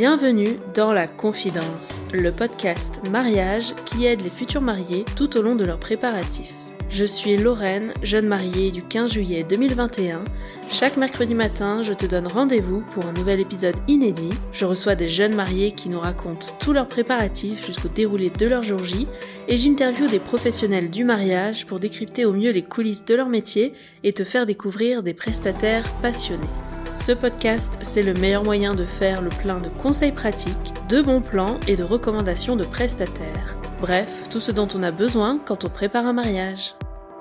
Bienvenue dans La Confidence, le podcast mariage qui aide les futurs mariés tout au long de leurs préparatifs. Je suis Lorraine, jeune mariée du 15 juillet 2021. Chaque mercredi matin, je te donne rendez-vous pour un nouvel épisode inédit. Je reçois des jeunes mariés qui nous racontent tous leurs préparatifs jusqu'au déroulé de leur jour J et j'interviewe des professionnels du mariage pour décrypter au mieux les coulisses de leur métier et te faire découvrir des prestataires passionnés. Ce podcast, c'est le meilleur moyen de faire le plein de conseils pratiques, de bons plans et de recommandations de prestataires. Bref, tout ce dont on a besoin quand on prépare un mariage.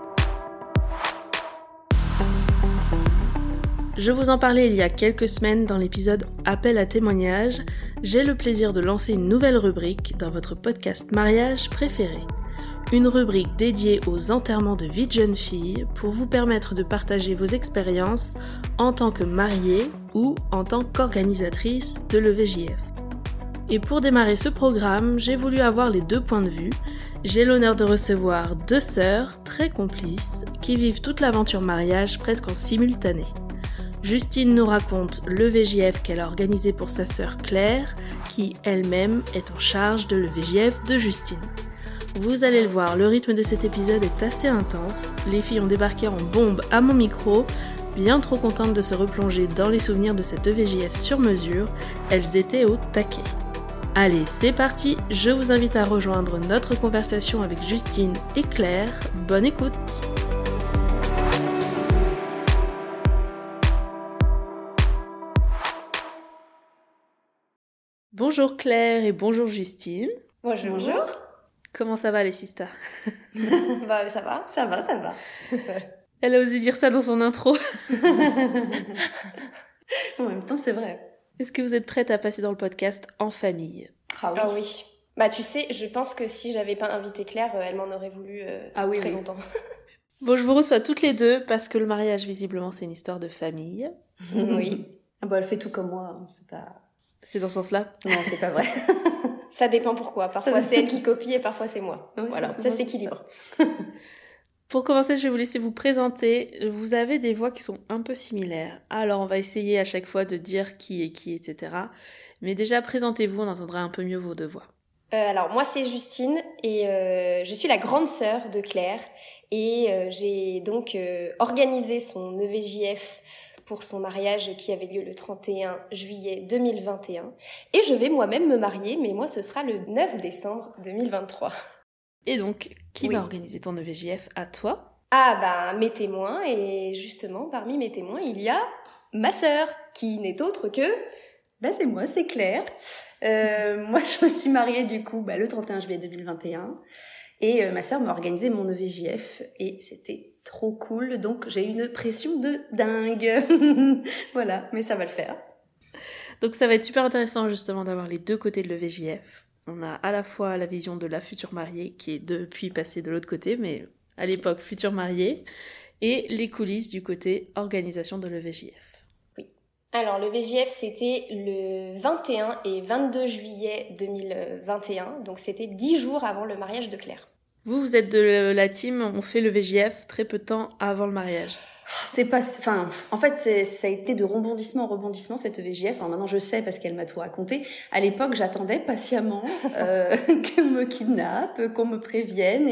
Je vous en parlais il y a quelques semaines dans l'épisode Appel à témoignages. J'ai le plaisir de lancer une nouvelle rubrique dans votre podcast mariage préféré. Une rubrique dédiée aux enterrements de vie de jeune fille pour vous permettre de partager vos expériences en tant que mariée ou en tant qu'organisatrice de l'EVJF. Et pour démarrer ce programme, j'ai voulu avoir les deux points de vue. J'ai l'honneur de recevoir deux sœurs très complices qui vivent toute l'aventure mariage presque en simultané. Justine nous raconte l'EVJF qu'elle a organisé pour sa sœur Claire, qui elle-même est en charge de l'EVJF de Justine. Vous allez le voir, le rythme de cet épisode est assez intense. Les filles ont débarqué en bombe à mon micro, bien trop contentes de se replonger dans les souvenirs de cette EVJF sur mesure. Elles étaient au taquet. Allez, c'est parti, je vous invite à rejoindre notre conversation avec Justine et Claire. Bonne écoute! Bonjour Claire et bonjour Justine. Bonjour. Comment ça va les sisters? Bah ça va. Elle a osé dire ça dans son intro. En même temps, c'est vrai. Est-ce que vous êtes prête à passer dans le podcast en famille? Ah oui. Bah tu sais, je pense que si j'avais pas invité Claire, elle m'en aurait voulu très longtemps. Bon, je vous reçois toutes les deux parce que le mariage, visiblement, c'est une histoire de famille. Oui. Ah bah elle fait tout comme moi, c'est pas... C'est dans ce sens-là? Non, c'est pas vrai. Ça dépend pourquoi. Parfois c'est elle qui copie et parfois c'est moi. Oui, voilà, ça s'équilibre. Pour commencer, je vais vous laisser vous présenter. Vous avez des voix qui sont un peu similaires. Alors, on va essayer à chaque fois de dire qui est qui, etc. Mais déjà, présentez-vous, on entendra un peu mieux vos deux voix. Alors, moi, c'est Justine et je suis la grande sœur de Claire. Et j'ai donc organisé son EVJF pour son mariage qui avait lieu le 31 juillet 2021. Et je vais moi-même me marier, mais moi, ce sera le 9 décembre 2023. Et donc, qui va organiser ton EVJF à toi? Ah bah, mes témoins, et justement, parmi mes témoins, il y a ma sœur, qui n'est autre que... Bah c'est moi, c'est Claire. Moi, je me suis mariée du coup le 31 juillet 2021. Et ma sœur m'a organisé mon EVJF et c'était trop cool. Donc, j'ai eu une pression de dingue. Voilà, mais ça va le faire. Donc, ça va être super intéressant justement d'avoir les deux côtés de l'EVJF. On a à la fois la vision de la future mariée qui est depuis passée de l'autre côté, mais à l'époque future mariée, et les coulisses du côté organisation de l'EVJF. Oui. Alors l'EVJF c'était le 21 et 22 juillet 2021, donc c'était 10 jours avant le mariage de Claire. Vous êtes de la team, on fait l'EVJF très peu de temps avant le mariage. C'est pas, en fait, ça a été de rebondissement en rebondissement cette EVJF. Alors maintenant, je sais parce qu'elle m'a tout raconté. À l'époque, j'attendais patiemment qu'on me kidnappe, qu'on me prévienne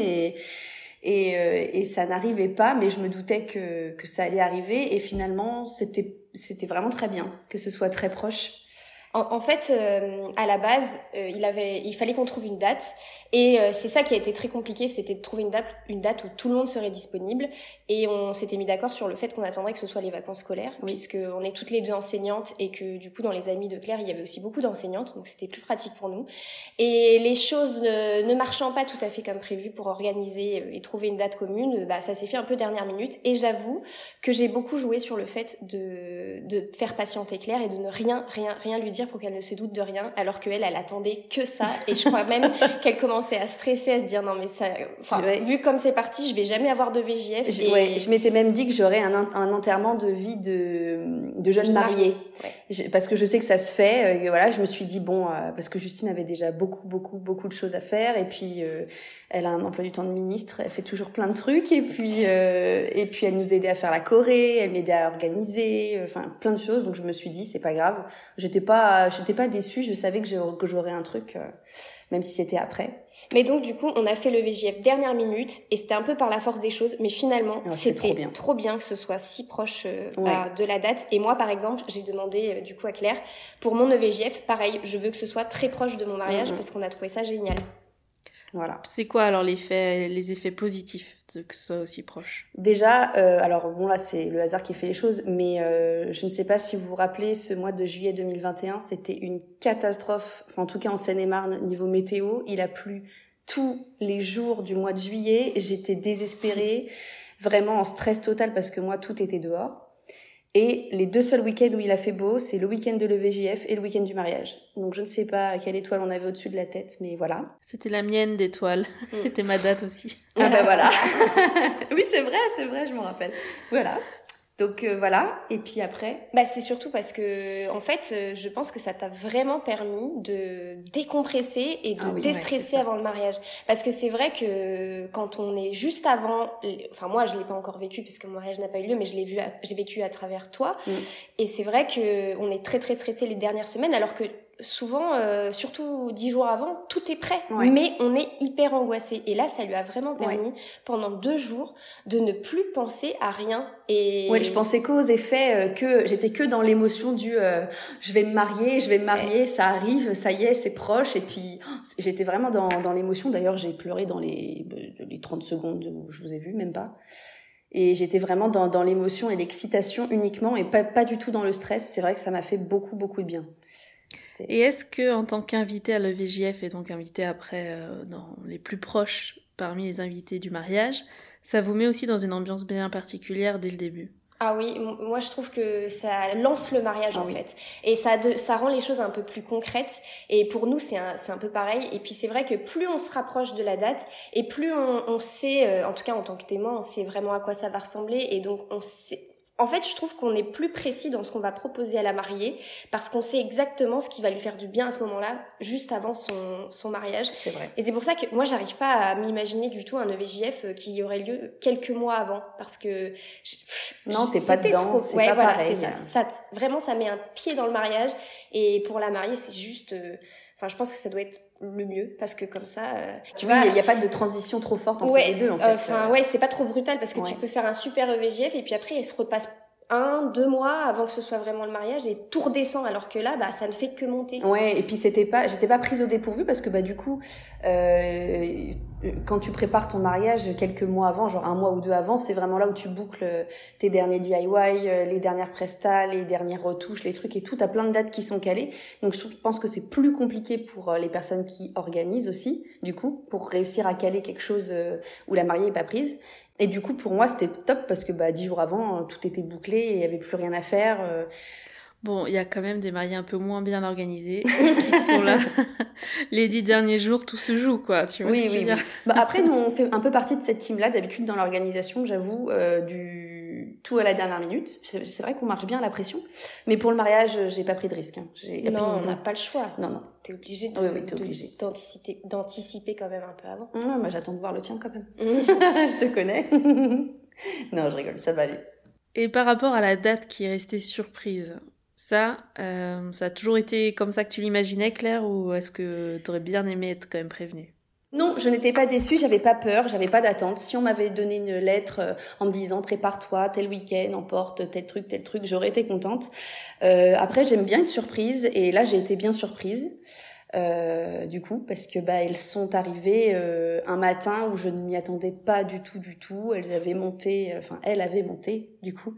et ça n'arrivait pas, mais je me doutais que ça allait arriver. Et finalement, c'était vraiment très bien que ce soit très proche. En fait, à la base, il fallait qu'on trouve une date, et c'est ça qui a été très compliqué, c'était de trouver une date où tout le monde serait disponible, et on s'était mis d'accord sur le fait qu'on attendrait que ce soit les vacances scolaires, puisque on est toutes les deux enseignantes, et que du coup dans les amis de Claire, il y avait aussi beaucoup d'enseignantes, donc c'était plus pratique pour nous. Et les choses ne marchant pas tout à fait comme prévu pour organiser et trouver une date commune, ça s'est fait un peu dernière minute, et j'avoue que j'ai beaucoup joué sur le fait de faire patienter Claire et de ne rien lui dire pour qu'elle ne se doute de rien, alors qu'elle attendait que ça, et je crois même qu'elle commençait à stresser, à se dire non mais ça, vu comme c'est parti, je vais jamais avoir de VJF. Je m'étais même dit que j'aurais un enterrement de vie de jeune mariée. Ouais. Parce que je sais que ça se fait, voilà, je me suis dit parce que Justine avait déjà beaucoup de choses à faire, et puis elle a un emploi du temps de ministre, elle fait toujours plein de trucs, et puis elle nous aidait à faire la choré, elle m'aidait à organiser, plein de choses, donc je me suis dit c'est pas grave, j'étais pas j'étais pas déçue. Je savais que j'aurais un truc, même si c'était après. Mais donc, du coup, on a fait le VJF dernière minute et c'était un peu par la force des choses. Mais finalement, c'était trop bien que ce soit si proche de la date. Et moi, par exemple, j'ai demandé du coup à Claire, pour mon EVJF, pareil, je veux que ce soit très proche de mon mariage parce qu'on a trouvé ça génial. Voilà. C'est quoi alors les effets positifs de que ce soit aussi proche? Déjà, alors bon là c'est le hasard qui fait les choses, mais je ne sais pas si vous vous rappelez, ce mois de juillet 2021, c'était une catastrophe, enfin en tout cas en Seine-et-Marne, niveau météo. Il a plu tous les jours du mois de juillet, j'étais désespérée, vraiment en stress total parce que moi tout était dehors. Et les 2 seuls week-ends où il a fait beau, c'est le week-end de l'EVJF et le week-end du mariage. Donc je ne sais pas quelle étoile on avait au-dessus de la tête, mais voilà. C'était la mienne d'étoile. C'était ma date aussi. Ah bah voilà. Oui, c'est vrai, je m'en rappelle. Voilà. Donc voilà, et puis après c'est surtout parce que en fait, je pense que ça t'a vraiment permis de décompresser et de déstresser avant le mariage. Parce que c'est vrai que quand on est juste avant, enfin moi je l'ai pas encore vécu puisque mon mariage n'a pas eu lieu, mais j'ai vécu à travers toi. Et c'est vrai que on est très très stressé les dernières semaines, alors que souvent, surtout 10 jours avant, tout est prêt, mais on est hyper angoissé. Et là, ça lui a vraiment permis, pendant 2 jours, de ne plus penser à rien. Et je pensais qu'aux effets, que j'étais que dans l'émotion du je vais me marier, ça arrive, ça y est, c'est proche. Et puis j'étais vraiment dans l'émotion. D'ailleurs, j'ai pleuré dans les 30 secondes où je vous ai vu, même pas. Et j'étais vraiment dans l'émotion et l'excitation uniquement, et pas du tout dans le stress. C'est vrai que ça m'a fait beaucoup beaucoup de bien. Et est-ce que, en tant qu'invité à l'EVJF et donc invité après dans les plus proches parmi les invités du mariage, ça vous met aussi dans une ambiance bien particulière dès le début? Ah oui, moi je trouve que ça lance le mariage en fait, et ça rend les choses un peu plus concrètes. Et pour nous c'est un peu pareil. Et puis c'est vrai que plus on se rapproche de la date et plus on sait, en tout cas en tant que témoin, on sait vraiment à quoi ça va ressembler, et donc on sait. En fait, je trouve qu'on est plus précis dans ce qu'on va proposer à la mariée parce qu'on sait exactement ce qui va lui faire du bien à ce moment-là, juste avant son mariage. C'est vrai. Et c'est pour ça que moi, j'arrive pas à m'imaginer du tout un EVJF qui aurait lieu quelques mois avant, parce que non, c'est pas dedans, c'est pas pareil. C'est ça. Vraiment, ça met un pied dans le mariage. Et pour la mariée, c'est juste. Je pense que ça doit être le mieux, parce que comme ça, tu vois, il y a pas de transition trop forte entre les deux en fait. C'est pas trop brutal, parce que tu peux faire un super EVJF et puis après il se repasse 1-2 mois avant que ce soit vraiment le mariage et tout redescend, alors que là ça ne fait que monter. Et puis j'étais pas prise au dépourvu, parce que du coup quand tu prépares ton mariage quelques mois avant, genre 1 mois ou 2 avant, c'est vraiment là où tu boucles tes derniers DIY, les dernières prestas, les dernières retouches, les trucs et tout. T'as plein de dates qui sont calées. Donc je pense que c'est plus compliqué pour les personnes qui organisent aussi, du coup, pour réussir à caler quelque chose où la mariée est pas prise. Et du coup, pour moi, c'était top parce que 10 jours avant, tout était bouclé et il y avait plus rien à faire. Bon, il y a quand même des mariés un peu moins bien organisés qui sont là. Les 10 derniers jours, tout se joue, quoi. Tu vois ce que je veux dire. Après, nous, on fait un peu partie de cette team-là, d'habitude, dans l'organisation, j'avoue, du tout à la dernière minute. C'est vrai qu'on marche bien à la pression. Mais pour le mariage, j'ai pas pris de risque. On n'a pas le choix. Non. T'es obligé d'anticiper quand même un peu avant. Moi, j'attends de voir le tien quand même. Je te connais. Non, je rigole, ça va aller. Et par rapport à la date qui est restée surprise, ça a toujours été comme ça que tu l'imaginais, Claire, ou est-ce que t'aurais bien aimé être quand même prévenue? Non, je n'étais pas déçue, j'avais pas peur, j'avais pas d'attente. Si on m'avait donné une lettre en me disant prépare-toi, tel week-end, emporte tel truc, j'aurais été contente. Après, j'aime bien être surprise, et là j'ai été bien surprise. Du coup, parce que elles sont arrivées un matin où je ne m'y attendais pas du tout. Elle avait monté du coup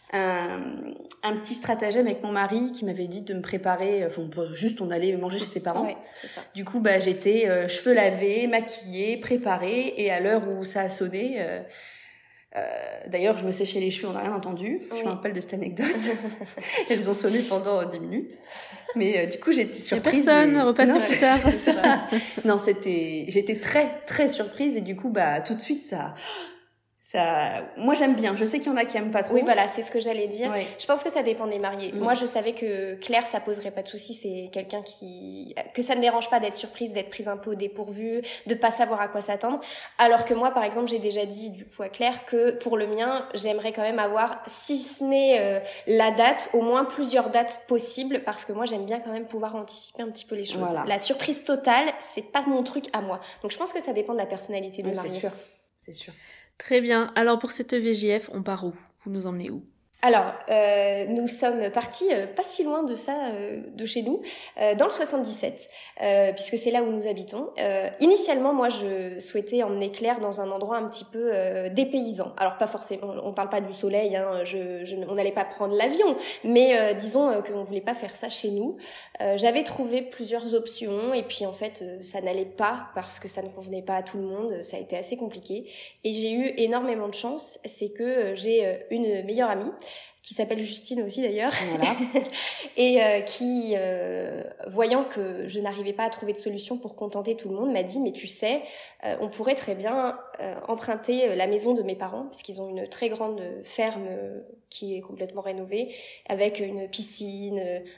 un petit stratagème avec mon mari qui m'avait dit de me préparer, juste on allait manger chez ses parents. Ouais, c'est ça. Du coup, j'étais cheveux lavés, maquillée, préparée, et à l'heure où ça a sonné, d'ailleurs, je me séchais les cheveux, on n'a rien entendu. Je me rappelle de cette anecdote. Elles ont sonné pendant 10 minutes. Mais du coup, j'étais surprise. Personne, repasse plus tard. Non, j'étais très, très surprise. Et du coup, tout de suite, ça Moi, j'aime bien. Je sais qu'il y en a qui aiment pas trop. Oui, voilà, c'est ce que j'allais dire. Ouais. Je pense que ça dépend des mariés. Moi, je savais que Claire, ça poserait pas de soucis. C'est quelqu'un que ça ne dérange pas d'être surprise, d'être prise un peu au dépourvu, de pas savoir à quoi s'attendre. Alors que moi, par exemple, j'ai déjà dit, du coup, à Claire que pour le mien, j'aimerais quand même avoir, si ce n'est la date, au moins plusieurs dates possibles, parce que moi, j'aime bien quand même pouvoir anticiper un petit peu les choses. Voilà. La surprise totale, c'est pas mon truc à moi. Donc, je pense que ça dépend de la personnalité des mariés. C'est sûr. Très bien. Alors pour cette VJF, on part où? Vous nous emmenez où? Alors, nous sommes partis pas si loin de ça, de chez nous, dans le 77, puisque c'est là où nous habitons. Initialement, moi, je souhaitais emmener Claire dans un endroit un petit peu dépaysant. Alors, pas forcément, on parle pas du soleil, hein, on n'allait pas prendre l'avion, mais disons qu'on voulait pas faire ça chez nous. J'avais trouvé plusieurs options, et puis en fait, ça n'allait pas parce que ça ne convenait pas à tout le monde. Ça a été assez compliqué, et j'ai eu énormément de chance. C'est que j'ai une meilleure amie qui s'appelle Justine aussi d'ailleurs, voilà. et qui, voyant que je n'arrivais pas à trouver de solution pour contenter tout le monde, m'a dit « mais tu sais, on pourrait très bien emprunter la maison de mes parents, parce qu'ils ont une très grande ferme qui est complètement rénovée, avec une piscine,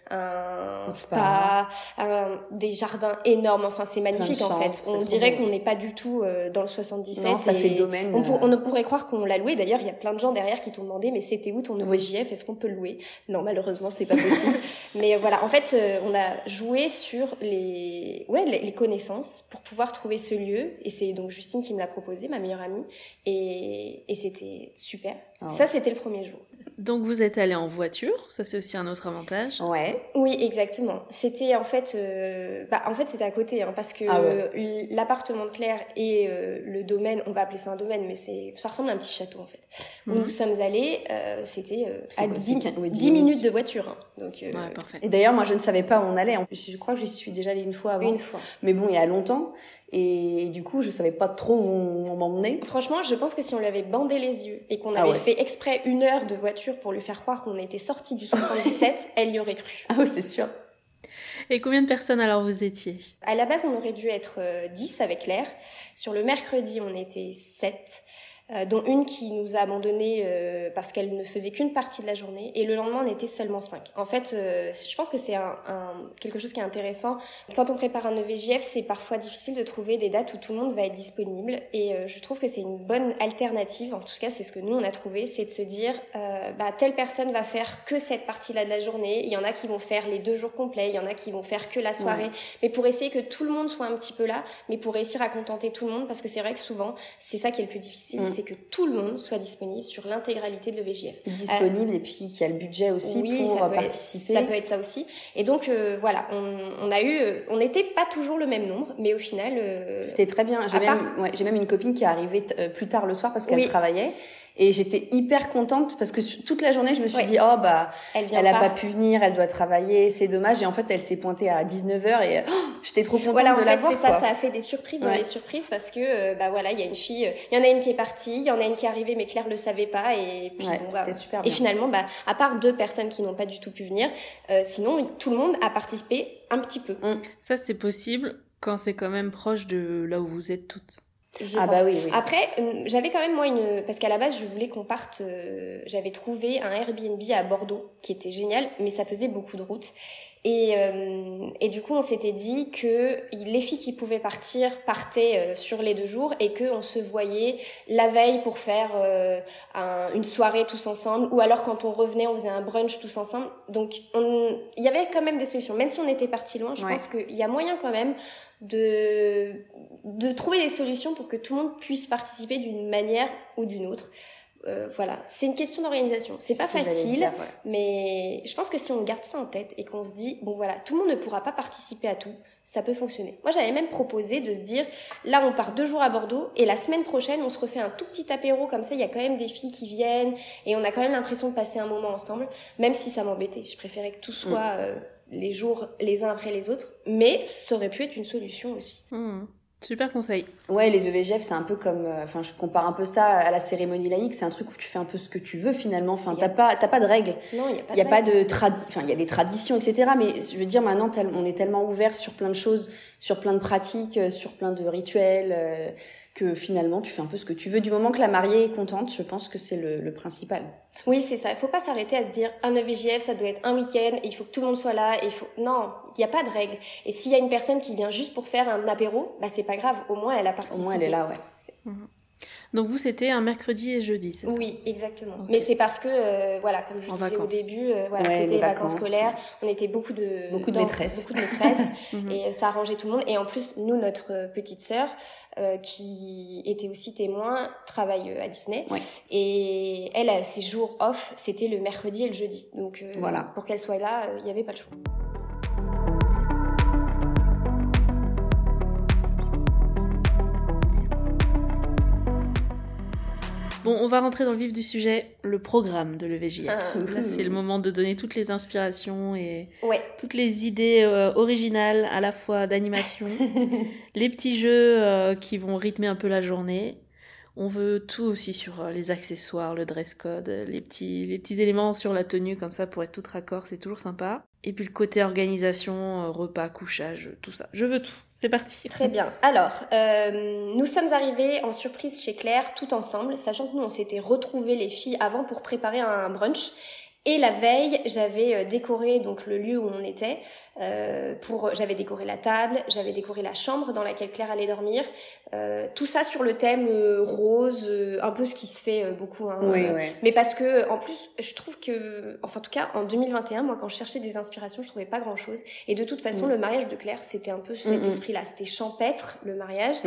un spa, des jardins énormes, enfin c'est magnifique en fait. On dirait qu'on n'est pas du tout dans le 77. Non, ça fait domaine. On ne pourrait croire qu'on l'a loué, d'ailleurs il y a plein de gens derrière qui t'ont demandé « mais c'était où ton nouveau JF, est-ce qu'on peut le louer ?» Non, malheureusement, c'était pas possible. Mais voilà, en fait, on a joué sur les connaissances pour pouvoir trouver ce lieu. Et c'est donc Justine qui me l'a proposé, ma meilleure amie. Et c'était super. Ah ouais. Ça, c'était le premier jour. Donc, vous êtes allés en voiture. Ça, c'est aussi un autre avantage. Ouais. Oui, exactement. C'était en fait... c'était à côté, hein, parce que l'appartement de Claire et le domaine, on va appeler ça un domaine, mais ça ressemble à un petit château, en fait. Où nous sommes allés, c'était à 10 minutes de voiture. Hein. Donc, ouais, parfait. Et d'ailleurs, moi, je ne savais pas où on allait. En plus, je crois que j'y suis déjà allée une fois avant. Une fois. Mais bon, il y a longtemps. Et du coup, je savais pas trop où on m'emmenait. Franchement, je pense que si on lui avait bandé les yeux et qu'on avait fait exprès 1 heure de voiture pour lui faire croire qu'on était sortis du 77, elle y aurait cru. Ah oui, c'est sûr. Et combien de personnes alors vous étiez? À la base, on aurait dû être 10 avec Claire. Sur le mercredi, on était 7. Dont une qui nous a abandonnés parce qu'elle ne faisait qu'une partie de la journée, et le lendemain on était seulement 5. En fait, je pense que c'est quelque chose qui est intéressant. Quand on prépare un EVJF, c'est parfois difficile de trouver des dates où tout le monde va être disponible, et je trouve que c'est une bonne alternative. En tout cas, c'est ce que nous on a trouvé, c'est de se dire telle personne va faire que cette partie-là de la journée, il y en a qui vont faire les 2 jours complets, il y en a qui vont faire que la soirée, mais pour essayer que tout le monde soit un petit peu là, mais pour réussir à contenter tout le monde, parce que c'est vrai que souvent c'est ça qui est le plus difficile, c'est que tout le monde soit disponible sur l'intégralité de l'EVJF. Disponible, et puis qu'il y a le budget aussi pour participer. Ça peut être ça aussi. Et donc, voilà, on n'était pas toujours le même nombre, mais au final... C'était très bien. J'ai même une copine qui est arrivée plus tard le soir parce qu'elle travaillait. Et j'étais hyper contente parce que toute la journée, je me suis dit, elle a pas pu venir, elle doit travailler, c'est dommage. Et en fait, elle s'est pointée à 19h et j'étais trop contente de la voir. Voilà, c'est ça a fait des surprises dans les surprises, parce que, il y a une fille, il y en a une qui est partie, il y en a une qui est arrivée, mais Claire le savait pas, et puis c'était super bien. Et finalement, à part 2 personnes qui n'ont pas du tout pu venir, sinon, tout le monde a participé un petit peu. Ça, c'est possible quand c'est quand même proche de là où vous êtes toutes. Oui. Après, j'avais quand même parce qu'à la base je voulais qu'on parte. J'avais trouvé un Airbnb à Bordeaux qui était génial, mais ça faisait beaucoup de route. Et du coup, on s'était dit que les filles qui pouvaient partir partaient sur les 2 jours, et que on se voyait la veille pour faire une soirée tous ensemble, ou alors quand on revenait, on faisait un brunch tous ensemble. Donc, il y avait quand même des solutions, même si on était parti loin. Je pense qu'il y a moyen quand même de trouver des solutions pour que tout le monde puisse participer d'une manière ou d'une autre. Voilà, c'est une question d'organisation. C'est pas facile, mais je pense que si on garde ça en tête et qu'on se dit, tout le monde ne pourra pas participer à tout, ça peut fonctionner. Moi, j'avais même proposé de se dire, là, on part 2 jours à Bordeaux, et la semaine prochaine, on se refait un tout petit apéro, comme ça, il y a quand même des filles qui viennent, et on a quand même l'impression de passer un moment ensemble, même si ça m'embêtait. Je préférais que tout soit les jours les uns après les autres, mais ça aurait pu être une solution aussi. Super conseil. Ouais, les EVJF, c'est un peu comme... je compare un peu ça à la cérémonie laïque. C'est un truc où tu fais un peu ce que tu veux, finalement. Enfin, t'as pas de règles. Non, il y a pas de il y a des traditions, etc. Mais je veux dire, maintenant, on est tellement ouvert sur plein de choses, sur plein de pratiques, sur plein de rituels. que finalement tu fais un peu ce que tu veux. Du moment que la mariée est contente, je pense que c'est le principal. Oui, c'est ça. Il faut pas s'arrêter à se dire un EVJF, ça doit être un week-end, et il faut que tout le monde soit là. Non, il n'y a pas de règle. Et s'il y a une personne qui vient juste pour faire un apéro, bah c'est pas grave. Au moins, elle a participé. Au moins, elle est là, ouais. Donc vous, c'était un mercredi et jeudi, c'est ça? Oui, exactement. Okay. Mais c'est parce que, comme je disais au début, c'était les vacances scolaires. On était beaucoup de maîtresses. Et ça arrangeait tout le monde. Et en plus, nous, notre petite sœur, qui était aussi témoin, travaille à Disney. Ouais. Et elle, ses jours off, c'était le mercredi et le jeudi. Donc, pour qu'elle soit là, il n'y avait pas le choix. Bon, on va rentrer dans le vif du sujet, le programme de l'EVJF. Là, c'est le moment de donner toutes les inspirations et toutes les idées originales, à la fois d'animation, les petits jeux qui vont rythmer un peu la journée. On veut tout aussi sur les accessoires, le dress code, les petits éléments sur la tenue, comme ça, pour être tout raccord, c'est toujours sympa. Et puis le côté organisation, repas, couchage, tout ça. Je veux tout. C'est parti. Très bien. Alors, nous sommes arrivés en surprise chez Claire, tout ensemble, sachant que nous, on s'était retrouvés les filles avant pour préparer un brunch. Et la veille, j'avais décoré donc le lieu où on était. J'avais décoré la table, j'avais décoré la chambre dans laquelle Claire allait dormir. Tout ça sur le thème rose, un peu ce qui se fait beaucoup. Mais parce que en plus, je trouve que, en tout cas, en 2021, moi, quand je cherchais des inspirations, je trouvais pas grand-chose. Et de toute façon, le mariage de Claire, c'était un peu cet esprit-là. C'était champêtre le mariage.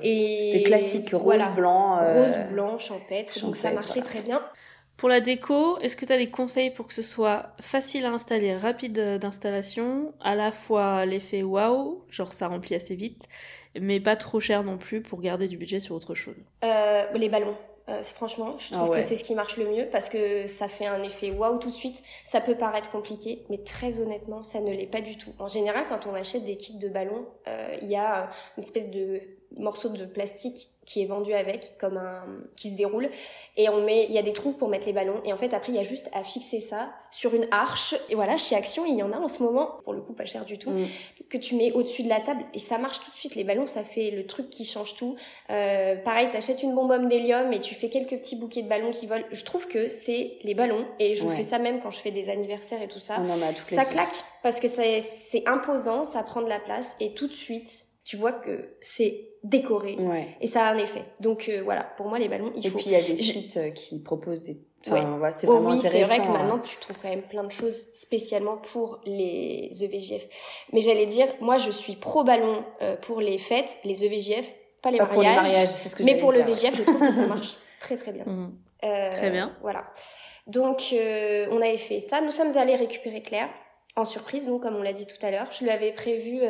Et c'était classique, rose, blanc. Rose, blanc, champêtre. Donc ça marchait très bien. Pour la déco, est-ce que tu as des conseils pour que ce soit facile à installer, rapide d'installation, à la fois l'effet waouh, genre ça remplit assez vite, mais pas trop cher non plus pour garder du budget sur autre chose? Les ballons. Franchement, je trouve que c'est ce qui marche le mieux parce que ça fait un effet waouh tout de suite. Ça peut paraître compliqué, mais très honnêtement, ça ne l'est pas du tout. En général, quand on achète des kits de ballons, il y a une espèce de morceau de plastique qui est vendu avec, qui se déroule, et il y a des trous pour mettre les ballons, et en fait après il y a juste à fixer ça sur une arche, et voilà, chez Action il y en a en ce moment, pour le coup pas cher du tout, que tu mets au-dessus de la table, et ça marche tout de suite. Les ballons, ça fait le truc qui change tout. Pareil, t'achètes une bonbonne d'hélium et tu fais quelques petits bouquets de ballons qui volent. Je trouve que c'est les ballons, et je fais ça même quand je fais des anniversaires et tout ça. On en a toutes les ça sauces. Claque, parce que c'est imposant, ça prend de la place, et tout de suite tu vois que c'est décoré et ça a un effet. Donc pour moi les ballons, il faut. Et puis il y a des sites qui proposent des. C'est vraiment intéressant. C'est vrai que maintenant tu trouves quand même plein de choses spécialement pour les EVJF. Mais j'allais dire, moi je suis pro ballon pour les fêtes, les EVJF, pas les mariages. Pour les mariages, c'est ce que mais pour dire. le VJF, je trouve que ça marche très très bien. Très bien. Voilà. Donc on avait fait ça. Nous sommes allés récupérer Claire. En surprise, donc comme on l'a dit tout à l'heure, je lui avais prévu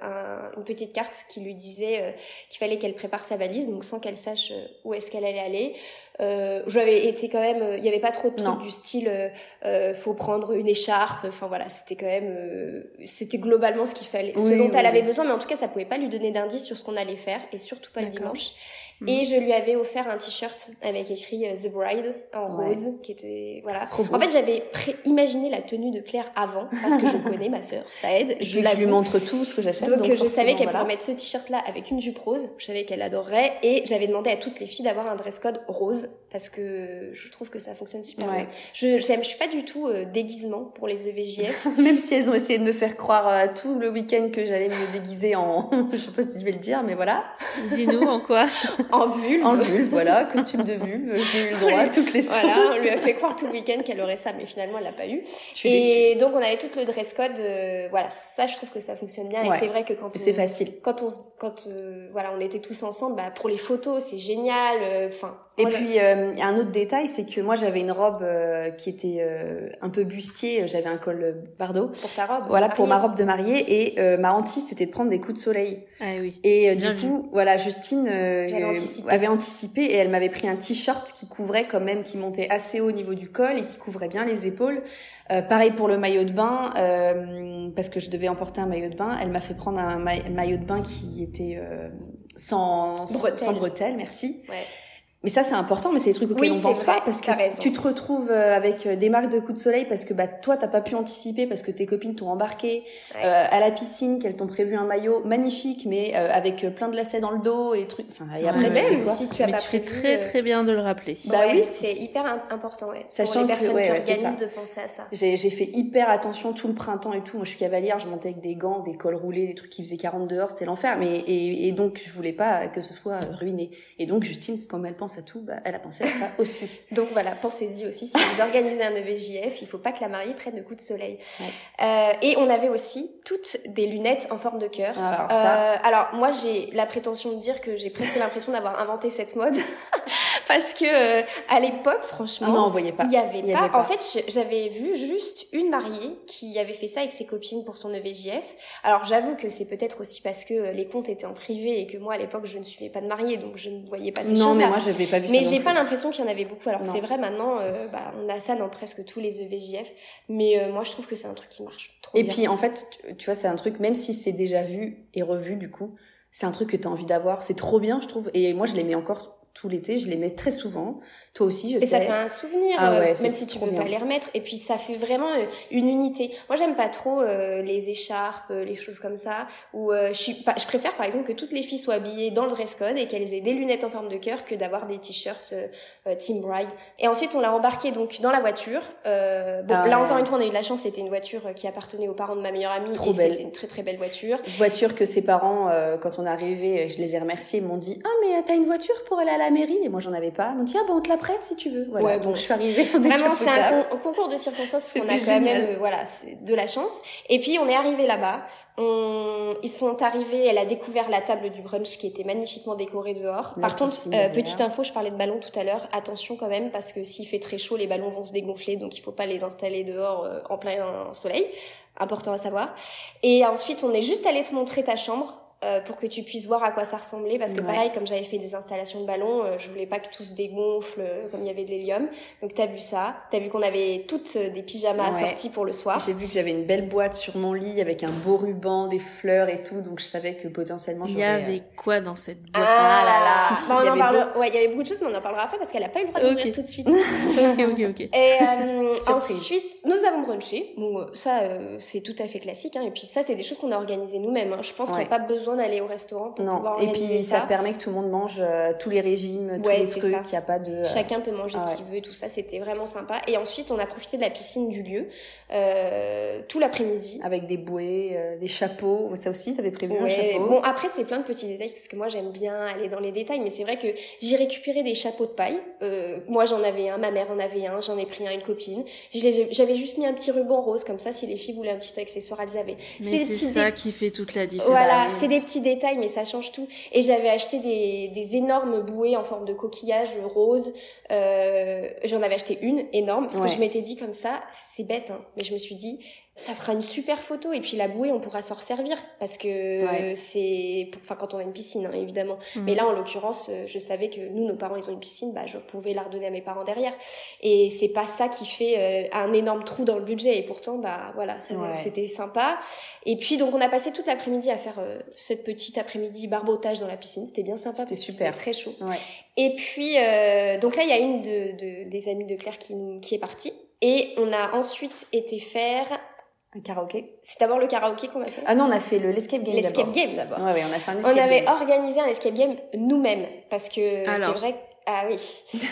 une petite carte qui lui disait qu'il fallait qu'elle prépare sa valise, donc sans qu'elle sache où est-ce qu'elle allait aller. Je lui avais été quand même, il y avait pas trop de trucs du style faut prendre une écharpe. Enfin voilà, c'était quand même, c'était globalement ce qu'il fallait, ce dont elle avait besoin, mais en tout cas ça pouvait pas lui donner d'indice sur ce qu'on allait faire, et surtout pas le dimanche. Et je lui avais offert un t-shirt avec écrit The Bride en rose, qui était En fait, j'avais imaginé la tenue de Claire avant, parce que je connais ma sœur, ça aide. Je lui montre tout ce que j'achète. Donc je savais qu'elle pourrait mettre ce t-shirt-là avec une jupe rose. Je savais qu'elle adorerait, et j'avais demandé à toutes les filles d'avoir un dress code rose parce que je trouve que ça fonctionne super bien. Je suis pas du tout déguisement pour les EVJF. Même si elles ont essayé de me faire croire tout le week-end que j'allais me déguiser en, je sais pas si je vais le dire, mais voilà. Dis-nous en quoi? En vulve. En vulve, voilà, costume de vulve. J'ai eu le droit à toutes les sauces. Voilà, on lui a fait croire tout le week-end qu'elle aurait ça, mais finalement elle l'a pas eu. Et donc on avait tout le dress code. Voilà, ça je trouve que ça fonctionne bien. Et c'est vrai que c'est facile. Quand on était tous ensemble, pour les photos c'est génial. Et puis il y a un autre détail, c'est que moi j'avais une robe qui était un peu bustier, j'avais un col bardeau. Pour ta robe. Voilà, pour ma robe de mariée, et ma hantise c'était de prendre des coups de soleil. Ah oui. Et du coup, voilà, Justine avait anticipé, et elle m'avait pris un t-shirt qui couvrait quand même, qui montait assez haut au niveau du col et qui couvrait bien les épaules. Pareil pour le maillot de bain, parce que je devais emporter un maillot de bain. Elle m'a fait prendre un maillot de bain qui était sans bretelles, merci. Ouais. Mais ça, c'est important, mais c'est des trucs auxquels on pense pas, parce que si tu te retrouves avec des marques de coups de soleil parce que toi, t'as pas pu anticiper parce que tes copines t'ont embarqué à la piscine, qu'elles t'ont prévu un maillot magnifique, mais avec plein de lacets dans le dos et trucs. Enfin, et après, même si tu as pas fais très très bien de le rappeler. Oui, c'est hyper important, sachant pour les personnes qui organisent de penser à ça. J'ai fait hyper attention tout le printemps et tout. Moi, je suis cavalière, je montais avec des gants, des cols roulés, des trucs qui faisaient 40 dehors, c'était l'enfer. Et donc, je voulais pas que ce soit ruiné. Et donc, Justine, comme elle pense à tout, elle a pensé à ça aussi. Donc voilà, pensez-y aussi. Si vous organisez un EVJF, il faut pas que la mariée prenne de coups de soleil. Et on avait aussi toutes des lunettes en forme de cœur. Alors moi, j'ai la prétention de dire que j'ai presque l'impression d'avoir inventé cette mode. Parce que à l'époque, franchement, non, on voyait pas. Il y avait pas. En fait, j'avais vu juste une mariée qui avait fait ça avec ses copines pour son EVJF. Alors j'avoue que c'est peut-être aussi parce que les comptes étaient en privé et que moi à l'époque je ne suivais pas de mariée, donc je ne voyais pas ces choses-là. Non, mais moi j'avais pas vu ça. Mais j'ai pas l'impression qu'il y en avait beaucoup. Alors c'est vrai maintenant, on a ça dans presque tous les EVJF. Mais moi je trouve que c'est un truc qui marche trop bien. Puis en fait, tu vois, c'est un truc, même si c'est déjà vu et revu du coup, c'est un truc que t'as envie d'avoir. C'est trop bien, je trouve. Et moi je les mets encore tout l'été, je les mets très souvent. Toi aussi, je sais. Et ça fait un souvenir, même si tu peux pas les remettre. Et puis ça fait vraiment une unité. Moi, j'aime pas trop les écharpes, les choses comme ça. Ou je préfère par exemple que toutes les filles soient habillées dans le dress code et qu'elles aient des lunettes en forme de cœur que d'avoir des t-shirts Team Bride. Et ensuite, on l'a embarqué donc dans la voiture. Là encore une fois, on a eu de la chance. C'était une voiture qui appartenait aux parents de ma meilleure amie. Trop belle. C'était une très très belle voiture. Voiture que ses parents, quand on est arrivé, je les ai remerciés, ils m'ont dit « Ah, mais t'as une voiture pour aller à la mairie ?» Et moi, j'en avais pas. Ils m'ont dit « Ah, on te la prête si tu veux. » Voilà, donc je suis arrivée en décapotable. Vraiment, c'est un concours de circonstances parce qu'on a quand même c'est de la chance. Et puis, on est arrivé là-bas. Ils sont arrivés, elle a découvert la table du brunch qui était magnifiquement décorée dehors. Par contre, petite info, je parlais de ballons tout à l'heure. Attention quand même, parce que s'il fait très chaud, les ballons vont se dégonfler, donc il faut pas les installer dehors en plein soleil. Important à savoir. Et ensuite, on est juste allé te montrer ta chambre. Pour que tu puisses voir à quoi ça ressemblait, parce que pareil, comme j'avais fait des installations de ballons, je voulais pas que tout se dégonfle comme il y avait de l'hélium. Donc t'as vu ça, t'as vu qu'on avait toutes des pyjamas sortis pour le soir. J'ai vu que j'avais une belle boîte sur mon lit avec un beau ruban, des fleurs et tout, donc je savais que potentiellement il y avait quoi dans cette boîte? Il y avait beaucoup de choses, mais on en parlera après parce qu'elle a pas eu le droit d'ouvrir tout de suite. Ok. Et ensuite, nous avons brunché. Bon, ça c'est tout à fait classique, hein. Et puis ça, c'est des choses qu'on a organisées nous-mêmes, hein. Je pense qu'il n'y a pas besoin d'aller au restaurant pour pouvoir organiser ça. Et puis ça permet que tout le monde mange tous les régimes, tous les trucs, il n'y a pas de... Chacun peut manger ce qu'il veut, tout ça, c'était vraiment sympa. Et ensuite, on a profité de la piscine du lieu tout l'après-midi. Avec des bouées, des chapeaux, ça aussi, t'avais prévu un chapeau. Bon, après, c'est plein de petits détails, parce que moi, j'aime bien aller dans les détails, mais c'est vrai que j'ai récupéré des chapeaux de paille. Moi, j'en avais un, ma mère en avait un, j'en ai pris un à une copine. J'avais juste mis un petit ruban rose, comme ça, si les filles voulaient un petit accessoire, elles avaient. Mais c'est ça qui fait toute la différence. Voilà, c'est des petits détails, mais ça change tout. Et j'avais acheté des énormes bouées en forme de coquillage rose. J'en avais acheté une énorme parce que je m'étais dit comme ça, c'est bête, hein, mais je me suis dit ça fera une super photo et puis la bouée on pourra s'en resservir parce que c'est quand on a une piscine, hein, évidemment. Mais là en l'occurrence, je savais que nous, nos parents, ils ont une piscine, je pouvais la redonner à mes parents derrière. Et c'est pas ça qui fait un énorme trou dans le budget. Et pourtant, c'était sympa. Et puis donc on a passé toute l'après-midi à faire cette petite après-midi barbotage dans la piscine. C'était bien sympa. C'était super. C'était très chaud. Ouais. Et puis donc là il y a une des amies de Claire qui est partie. Et on a ensuite été faire un karaoké. C'est d'abord le karaoké qu'on a fait. Ah non, on a fait l'escape game d'abord. L'escape game d'abord. Ouais, on a fait un escape game. On avait organisé un escape game nous-mêmes parce que c'est vrai. Ah oui.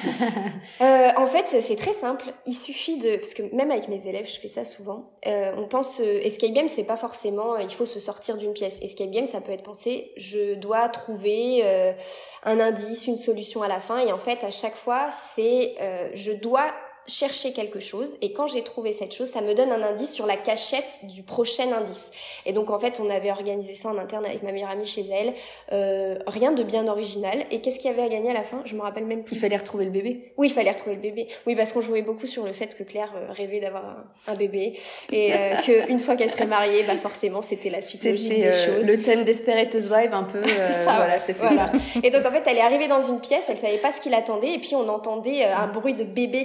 En fait, c'est très simple. Il suffit parce que même avec mes élèves, je fais ça souvent. On pense escape game, c'est pas forcément il faut se sortir d'une pièce. Escape game, ça peut être pensé je dois trouver un indice, une solution à la fin. Et en fait, à chaque fois, c'est je dois chercher quelque chose et quand j'ai trouvé cette chose, ça me donne un indice sur la cachette du prochain indice. Et donc en fait, on avait organisé ça en interne avec ma meilleure amie chez elle. Rien de bien original. Et qu'est-ce qu'il y avait à gagner à la fin? Je me rappelle même plus. Il fallait retrouver le bébé. Oui, il fallait retrouver le bébé. Oui, parce qu'on jouait beaucoup sur le fait que Claire rêvait d'avoir un bébé et que une fois qu'elle serait mariée, forcément, c'était la suite logique des choses. Le thème Desperate Housewives un peu. C'est ça. Voilà, c'est ça. Et donc en fait, elle est arrivée dans une pièce, elle savait pas ce qui l'attendait et puis on entendait un bruit de bébé qui hurlait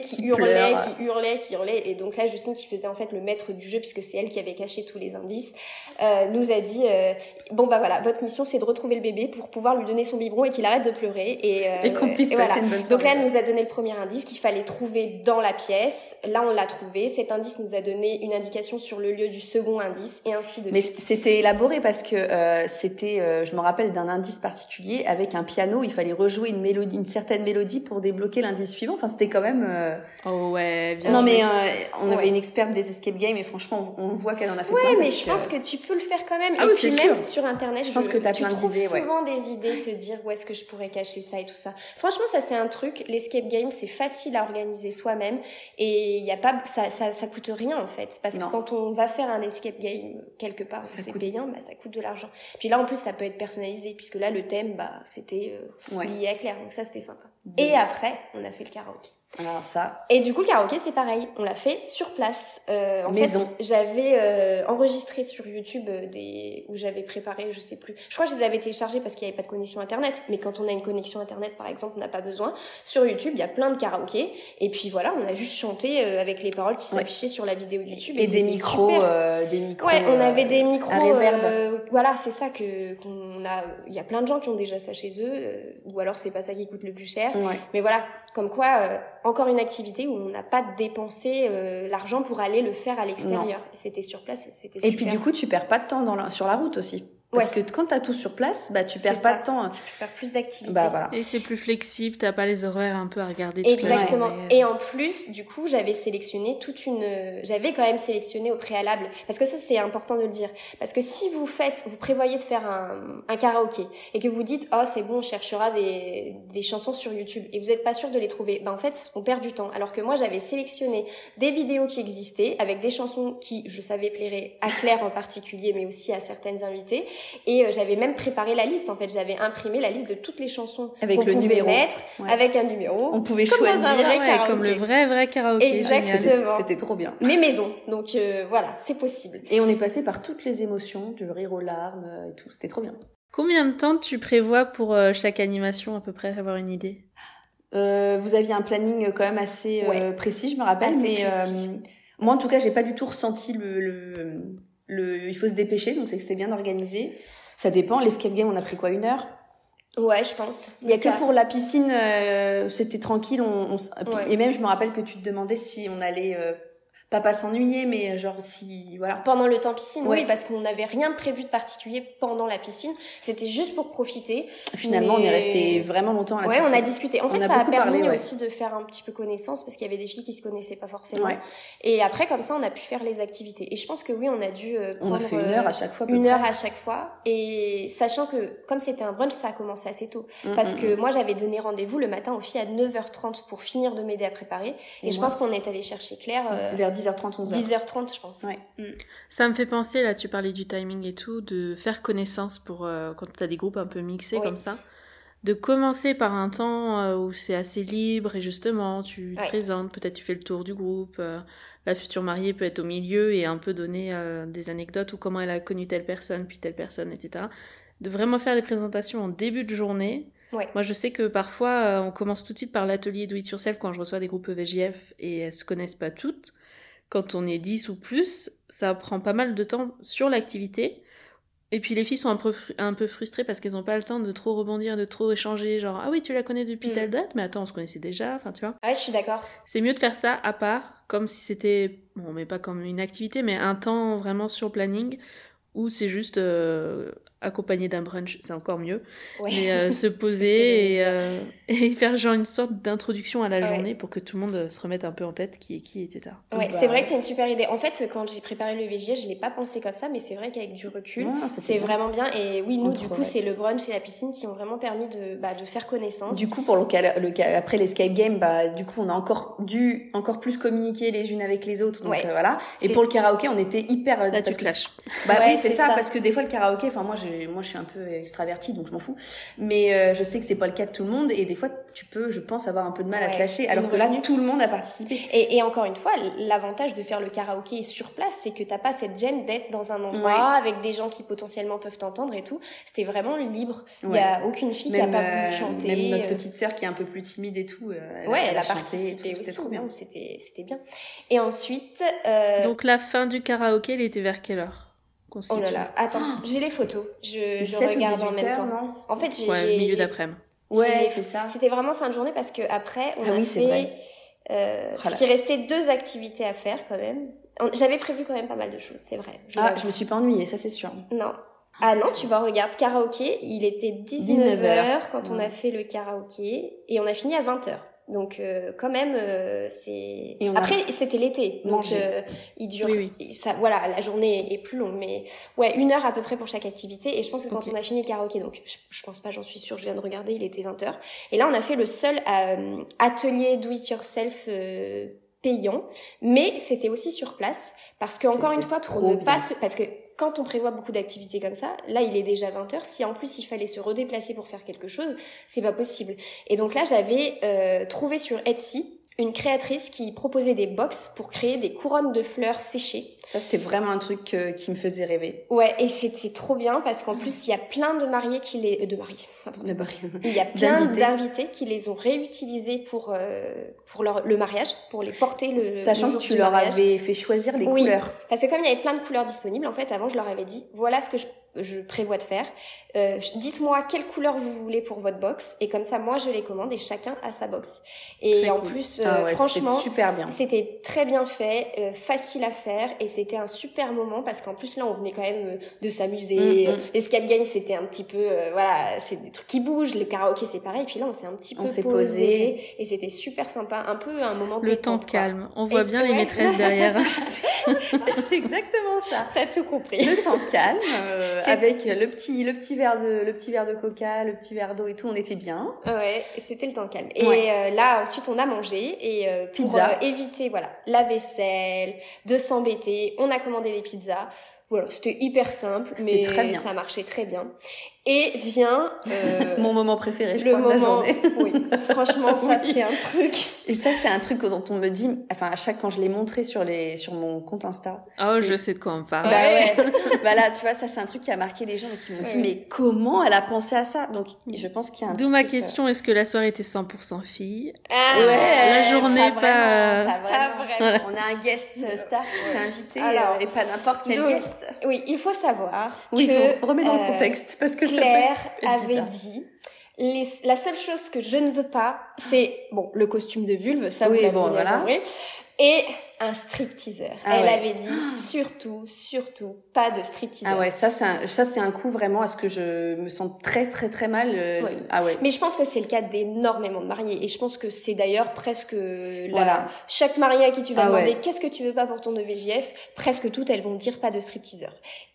qui hurlait. Et donc là, Justine, qui faisait en fait le maître du jeu, puisque c'est elle qui avait caché tous les indices, nous a dit bon bah voilà, votre mission c'est de retrouver le bébé pour pouvoir lui donner son biberon et qu'il arrête de pleurer. Et qu'on puisse passer une bonne soirée. Donc là, elle nous a donné le premier indice qu'il fallait trouver dans la pièce. Là, on l'a trouvé. Cet indice nous a donné une indication sur le lieu du second indice et ainsi de suite. Mais c'était élaboré parce que je me rappelle d'un indice particulier avec un piano. Il fallait rejouer une certaine mélodie pour débloquer l'indice suivant. Enfin, c'était quand même. Oh ouais, bien. Non, mais on avait une experte des escape games et franchement, on voit qu'elle en a fait plein. Ouais, mais je pense que tu peux le faire quand même. Ah et oui, puis c'est même sûr. sur Internet, je pense que t'as plein d'idées. Tu trouves souvent des idées, te dire où est-ce que je pourrais cacher ça et tout ça. Franchement, ça c'est un truc. L'escape game, c'est facile à organiser soi-même et il y a pas, ça coûte rien en fait. Parce que quand on va faire un escape game quelque part, c'est payant, bah ça coûte de l'argent. Puis là, en plus, ça peut être personnalisé puisque là, le thème, bah c'était lié à Claire, donc ça c'était sympa. Et après, on a fait le karaoké. Alors ça. Et du coup, le karaoké, c'est pareil. On l'a fait sur place. En Maison. fait, j'avais enregistré sur YouTube où j'avais préparé, je sais plus. Je crois que je les avais téléchargés parce qu'il n'y avait pas de connexion Internet. Mais quand on a une connexion Internet, par exemple, on n'a pas besoin. Sur YouTube, il y a plein de karaokés. Et puis voilà, on a juste chanté avec les paroles qui s'affichaient sur la vidéo de YouTube. Et des micros, Ouais, on avait des micros. À reverb. Voilà, c'est ça qu'on a. Il y a plein de gens qui ont déjà ça chez eux. Ou alors, c'est pas ça qui coûte le plus cher. Ouais. Mais voilà, comme quoi, encore une activité où on n'a pas dépensé l'argent pour aller le faire à l'extérieur. C'était sur place, c'était super. Et puis du coup, tu perds pas de temps sur la route aussi. Parce que quand t'as tout sur place, bah tu perds pas de temps. Tu peux faire plus d'activités. Bah voilà. Et c'est plus flexible, t'as pas les horaires un peu à regarder. Exactement. Et en plus, du coup, j'avais quand même sélectionné au préalable, parce que ça c'est important de le dire, parce que si vous prévoyez de faire un karaoké et que vous dites c'est bon, on cherchera des chansons sur YouTube et vous êtes pas sûr de les trouver, bah en fait on perd du temps. Alors que moi j'avais sélectionné des vidéos qui existaient avec des chansons qui je savais plairaient à Claire en particulier, mais aussi à certaines invitées. Et j'avais même préparé la liste, en fait. J'avais imprimé la liste de toutes les chansons avec qu'on pouvait mettre, avec un numéro. On pouvait choisir. Comme le vrai karaoké. Exactement. C'était trop bien. Mais maison. Donc voilà, c'est possible. Et on est passé par toutes les émotions, du rire aux larmes et tout. C'était trop bien. Combien de temps tu prévois pour chaque animation, à peu près, avoir une idée? Vous aviez un planning quand même assez précis, je me rappelle. Moi, en tout cas, j'ai pas du tout ressenti il faut se dépêcher, donc c'est que c'était bien organisé. Ça dépend. L'escape game, on a pris quoi, 1 heure? Ouais, je pense. Il y a que pour la piscine, c'était tranquille. Et même, je me rappelle que tu te demandais si on allait pas s'ennuyer, mais genre si voilà. Pendant le temps piscine, oui, parce qu'on n'avait rien prévu de particulier pendant la piscine. C'était juste pour profiter. Finalement, on est resté vraiment longtemps à la piscine. Ouais, on a discuté. En fait, ça a permis aussi de faire un petit peu connaissance parce qu'il y avait des filles qui se connaissaient pas forcément. Ouais. Et après, comme ça, on a pu faire les activités. Et je pense que oui, on a dû prendre. On a fait 1 heure à chaque fois. 1 heure à chaque fois. Et sachant que comme c'était un brunch, ça a commencé assez tôt. Parce que moi, j'avais donné rendez-vous le matin aux filles à 9h30 pour finir de m'aider à préparer. Et je pense qu'on est allé chercher Claire vers 10h30, 11h. 10h30, je pense. Ouais. Ça me fait penser, là, tu parlais du timing et tout, de faire connaissance pour quand tu as des groupes un peu mixés comme ça. De commencer par un temps où c'est assez libre et justement, tu te présentes, peut-être tu fais le tour du groupe. La future mariée peut être au milieu et un peu donner des anecdotes ou comment elle a connu telle personne, puis telle personne, etc. De vraiment faire les présentations en début de journée. Ouais. Moi, je sais que parfois, on commence tout de suite par l'atelier Do It Yourself quand je reçois des groupes EVJF et elles se connaissent pas toutes. Quand on est 10 ou plus, ça prend pas mal de temps sur l'activité. Et puis les filles sont un peu frustrées parce qu'elles n'ont pas le temps de trop rebondir, de trop échanger. Genre, ah oui, tu la connais depuis telle date, mais attends, on se connaissait déjà, enfin tu vois. Ouais, je suis d'accord. C'est mieux de faire ça à part, comme si c'était, bon, mais pas comme une activité, mais un temps vraiment sur planning, où c'est juste accompagné d'un brunch, c'est encore mieux. Ouais. Mais se poser et faire genre une sorte d'introduction à la journée pour que tout le monde se remette un peu en tête qui est qui, etc. Ouais, c'est vrai que c'est une super idée. En fait, quand j'ai préparé le VJF, je l'ai pas pensé comme ça, mais c'est vrai qu'avec du recul, c'est vraiment bien. Et oui, nous, du coup, c'est le brunch et la piscine qui ont vraiment permis de faire connaissance. Du coup, pour après l'escape game, du coup, on a encore dû encore plus communiquer les unes avec les autres. Donc voilà. Et pour le karaoké, on était hyper... Là, tu clashes. Oui, c'est ça, parce que des fois, le karaoké, enfin, moi, moi je suis un peu extravertie, donc je m'en fous. Mais je sais que c'est pas le cas de tout le monde, et des fois tu peux, je pense, avoir un peu de mal à te lâcher, alors que là tout le monde a participé. Et encore une fois, l'avantage de faire le karaoké sur place, c'est que t'as pas cette gêne d'être dans un endroit avec des gens qui potentiellement peuvent t'entendre et tout. C'était vraiment libre. Il y a aucune fille qui a pas voulu chanter. Même notre petite sœur qui est un peu plus timide et tout, elle a participé aussi. C'était trop bien. C'était bien. Et ensuite, donc la fin du karaoké, elle était vers quelle heure? Oh là là, attends, j'ai les photos. Je regarde en même temps. Non, en fait, j'ai milieu d'après-midi. Ouais, c'est ça. C'était vraiment fin de journée parce que après on a c'est vrai. Parce qu'il restait 2 activités à faire quand même. J'avais prévu quand même pas mal de choses, c'est vrai. Je me suis pas ennuyée, ça c'est sûr. Non. Ah non, tu vois, regarde, karaoké, il était 19h quand on a fait le karaoké et on a fini à 20h. Donc quand même c'est après c'était l'été donc il dure ça, voilà, la journée est plus longue, mais 1 heure à peu près pour chaque activité. Et je pense que quand on a fini le karaoké, donc je pense pas, j'en suis sûre, je viens de regarder, il était 20h, et là on a fait le seul atelier do it yourself payant, mais c'était aussi sur place parce que encore une fois, pour ne pas parce que quand on prévoit beaucoup d'activités comme ça, là, il est déjà 20h. Si en plus, il fallait se redéplacer pour faire quelque chose, c'est pas possible. Et donc là, j'avais trouvé sur Etsy une créatrice qui proposait des box pour créer des couronnes de fleurs séchées. Ça, c'était vraiment un truc qui me faisait rêver. Ouais, et c'est trop bien parce qu'en plus, il y a plein de mariés qui les... Il y a plein d'invités qui les ont réutilisés pour le mariage, pour les porter Sachant que tu leur avais fait choisir les couleurs. Parce que comme il y avait plein de couleurs disponibles, en fait, avant, je leur avais dit, voilà ce que je prévois de faire. Dites-moi quelle couleur vous voulez pour votre box, et comme ça, moi, je les commande et chacun a sa box. Et très en cool. Plus, franchement, c'était super bien. C'était très bien fait, facile à faire, et c'était un super moment parce qu'en plus là, on venait quand même de s'amuser. L'escape game, c'était un petit peu, voilà, c'est des trucs qui bougent. Le karaoké, c'est pareil. Et puis là, on s'est un petit peu posé, et c'était super sympa, un peu un moment le temps de calme. On voit bien les maîtresses derrière. C'est exactement ça. T'as tout compris. Le temps calme, avec le petit verre de coca, le petit verre d'eau et tout, on était bien. Ouais, c'était le temps calme. Et là, ensuite, on a mangé, et pour éviter la vaisselle, de s'embêter, on a commandé des pizzas. Voilà, c'était hyper simple, mais ça marchait très bien. Et vient mon moment préféré, je crois, de la journée. Oui, franchement, ça c'est un truc. Et ça, c'est un truc dont on me dit, enfin, quand je l'ai montré sur mon compte Insta. Oh, je sais de quoi on parle. Bah ouais. Bah là, tu vois, ça c'est un truc qui a marqué les gens et qui m'ont dit, mais comment elle a pensé à ça? Donc, je pense qu'il y a un D'où ma question, est-ce que la soirée était 100% fille? La journée pas vraiment. On a un guest star qui s'est invité, et pas n'importe quel guest. Oui, il faut savoir que il faut remettre dans le contexte parce que Claire avait dit la seule chose que je ne veux pas, c'est le costume de vulve, ça vous l'avez compris, et un stripteaseur. Elle avait dit surtout pas de stripteaseur. Ah ouais, ça c'est un coup vraiment à ce que je me sens très très très mal. Ah ouais. Mais je pense que c'est le cas d'énormément de mariés, et je pense que c'est d'ailleurs presque chaque mariée à qui tu vas demander qu'est-ce que tu veux pas pour ton EVJF, presque toutes elles vont dire pas de stripteaseur.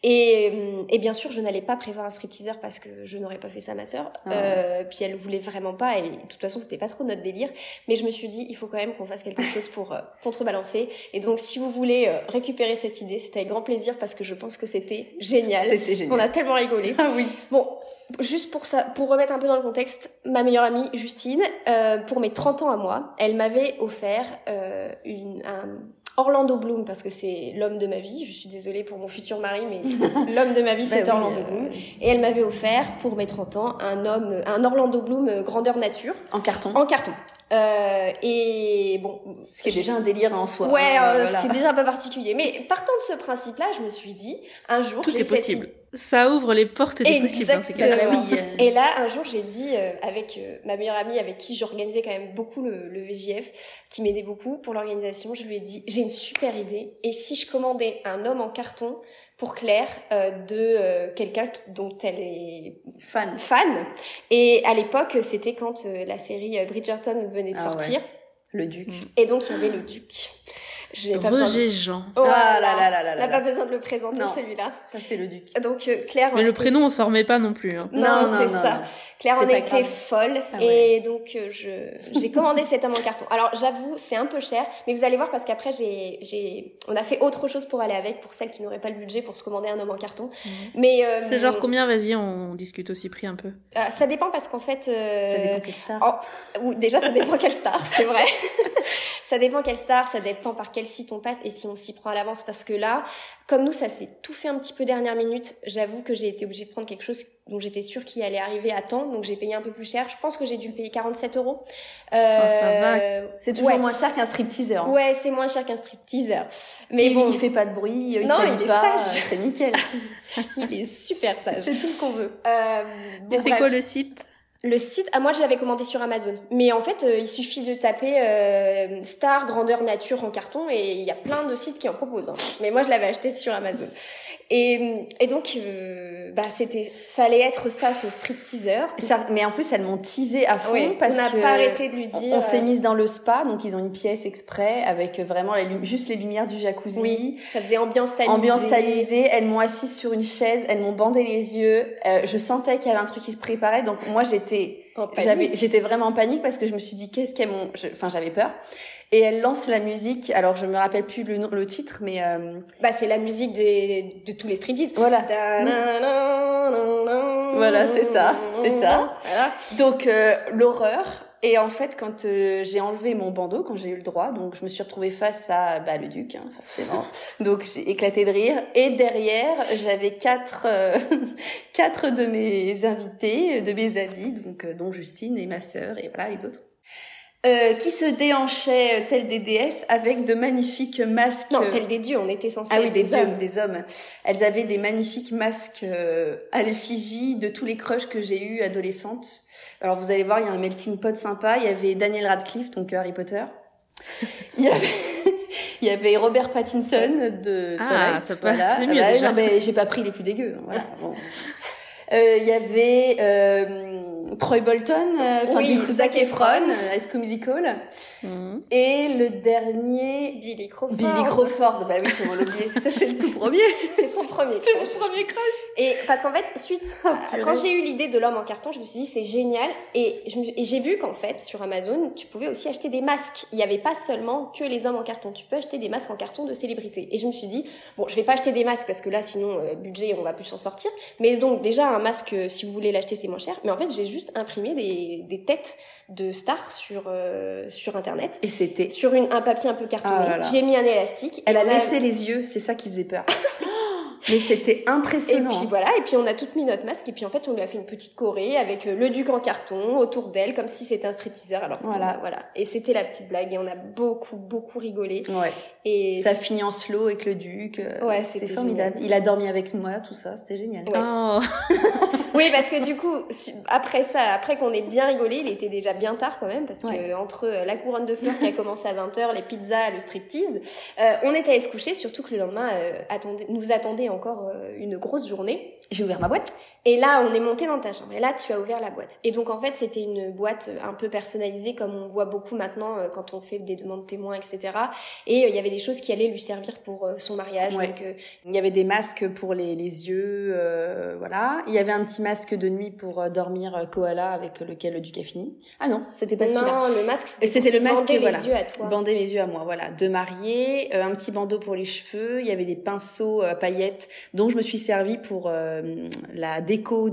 Et bien sûr, je n'allais pas prévoir un stripteaseur parce que je n'aurais pas fait ça à ma sœur. Puis elle voulait vraiment pas, et de toute façon c'était pas trop notre délire. Mais je me suis dit il faut quand même qu'on fasse quelque chose pour contrebalancer. Et donc, si vous voulez récupérer cette idée, c'était avec grand plaisir parce que je pense que c'était génial. C'était génial. On a tellement rigolé. Ah oui. Bon, juste pour ça, pour remettre un peu dans le contexte, ma meilleure amie Justine, pour mes 30 ans à moi, elle m'avait offert un Orlando Bloom, parce que c'est l'homme de ma vie. Je suis désolée pour mon futur mari, mais l'homme de ma vie, c'est Orlando Bloom. Et elle m'avait offert, pour mes 30 ans, un Orlando Bloom grandeur nature. En carton. Et bon, ce qui est déjà un délire en soi. Ouais, c'est déjà un peu particulier. Mais partant de ce principe-là, je me suis dit, un jour, tout est possible. Ça ouvre les portes des possibles dans ces cas-là. Et là, un jour, j'ai dit avec ma meilleure amie, avec qui j'organisais quand même beaucoup le VJF, qui m'aidait beaucoup pour l'organisation, je lui ai dit, j'ai une super idée. Et si je commandais un homme en carton pour Claire de quelqu'un dont elle est fan. Et à l'époque, c'était quand la série Bridgerton venait de sortir. Ouais. Le Duc. Et donc, il y avait le Duc. Je n'ai pas Roger Jean. Oh, Ah là là là là on n'a là. pas besoin de le présenter, Non. celui-là. Ça, c'est le duc. Donc, Claire... Mais le prénom, on s'en remet pas non plus. Hein. Non, c'est ça. non. Claire C'est en pas était grave. folle. Ah ouais. Et donc, j'ai commandé cet homme en carton. Alors, j'avoue, c'est un peu cher. Mais vous allez voir, parce qu'après, on a fait autre chose pour aller avec, pour celles qui n'auraient pas le budget pour se commander un homme en carton. Mais, C'est genre combien? Vas-y, on discute aussi prix un peu. ça dépend, parce qu'en fait... Ça dépend quelle star. Déjà, ça dépend quelle star, c'est vrai. Ça dépend quelle star, ça dépend par quel site on passe et si on s'y prend à l'avance. Parce que là, comme nous, ça s'est tout fait un petit peu dernière minute. J'avoue que j'ai été obligée de prendre quelque chose dont j'étais sûre qu'il allait arriver à temps. Donc, j'ai payé un peu plus cher. Je pense que j'ai dû le payer 47 €. ça va. C'est toujours moins cher qu'un stripteaseur. Ouais, c'est moins cher qu'un stripteaseur. Mais Mais bon, il fait pas de bruit, il Non, s'habille il est pas, sage. c'est nickel. il est super sage. C'est tout ce qu'on veut. Mais c'est quoi le site? Le site, moi je l'avais commandé sur Amazon. Mais en fait, il suffit de taper star grandeur nature en carton et il y a plein de sites qui en proposent. Hein. Mais moi je l'avais acheté sur Amazon. Et donc, ça allait être ça, ce stripteaseur. Mais en plus, elles m'ont teasé à fond Oui, parce on n'a que pas arrêté de lui dire. on s'est mise dans le spa, donc ils ont une pièce exprès avec vraiment juste les lumières du jacuzzi. Oui, ça faisait ambiance tamisée. Ambiance tamisée. Elles m'ont assise sur une chaise, elles m'ont bandé les yeux. Je sentais qu'il y avait un truc qui se préparait, donc moi j'étais vraiment en panique parce que je me suis dit qu'est-ce qu'elles m'ont, j'avais peur. Et elle lance la musique. Alors je me rappelle plus le titre, mais c'est la musique de tous les striptease. voilà. Voilà, c'est ça. Voilà. Donc l'horreur. Et en fait, quand j'ai enlevé mon bandeau, quand j'ai eu le droit, donc je me suis retrouvée face à le duc, hein, forcément. Donc j'ai éclaté de rire. Et derrière, j'avais quatre de mes invités, de mes amis, donc dont Justine et ma sœur et voilà et d'autres. Qui se déhanchaient tels des déesses avec de magnifiques masques. Non, tels des dieux, on était censés être des hommes. Des hommes. Elles avaient des magnifiques masques à l'effigie de tous les crushs que j'ai eus adolescente. Alors vous allez voir, il y a un melting pot sympa. Il y avait Daniel Radcliffe, donc Harry Potter. Il y avait Robert Pattinson de Twilight. Ça passe, c'est mieux déjà. Non, mais j'ai pas pris les plus dégueux. Hein, voilà. Bon. Il y avait Troy Bolton, du coup Zac Efron, High School Musical. Et le dernier, Billy Crawford. Bah oui, comment l'oublier. Ça, c'est le tout premier. C'est son premier crush. C'est mon premier crush. Et parce qu'en fait, quand j'ai eu l'idée de l'homme en carton, je me suis dit c'est génial. Et j'ai vu qu'en fait, sur Amazon, tu pouvais aussi acheter des masques. Il n'y avait pas seulement que les hommes en carton. Tu peux acheter des masques en carton de célébrités. Et je me suis dit, bon, je vais pas acheter des masques parce que là, sinon, budget, on va plus s'en sortir. Mais donc, déjà, un masque, si vous voulez l'acheter, c'est moins cher. Mais en fait, j'ai juste imprimé des têtes de stars sur Internet. Et c'était sur un papier un peu cartonné. Ah là là. J'ai mis un élastique. Elle a laissé les yeux, c'est ça qui faisait peur. Mais c'était impressionnant. Et puis voilà, et puis on a toutes mis notre masque, et puis en fait on lui a fait une petite choré avec le duc en carton autour d'elle, comme si c'était un stripteaseur. Alors voilà. Et c'était la petite blague, et on a beaucoup rigolé. Ouais. Et ça finit en slow avec le duc. Ouais, c'était formidable. Génial. Il a dormi avec moi, tout ça, c'était génial. Ouais. Oh. Oui, parce que du coup, après qu'on ait bien rigolé, il était déjà bien tard quand même, parce que entre la couronne de fleurs qui a commencé à 20h, les pizzas, le striptease, on était allé se coucher, surtout que le lendemain nous attendait encore une grosse journée. J'ai ouvert ma boîte. Et là, on est monté dans ta chambre. Et là, tu as ouvert la boîte. Et donc, en fait, c'était une boîte un peu personnalisée, comme on voit beaucoup maintenant quand on fait des demandes témoins, etc. Et il y avait des choses qui allaient lui servir pour son mariage. Ouais. Donc, il y avait des masques pour les yeux, voilà. Il y avait un petit masque de nuit pour dormir koala avec lequel le duc a fini. Ah non, c'était pas celui-là. Non, le masque, c'était le masque, bander les yeux à toi. Bander mes yeux à moi, voilà. De mariée, un petit bandeau pour les cheveux. Il y avait des pinceaux à paillettes dont je me suis servi pour la déco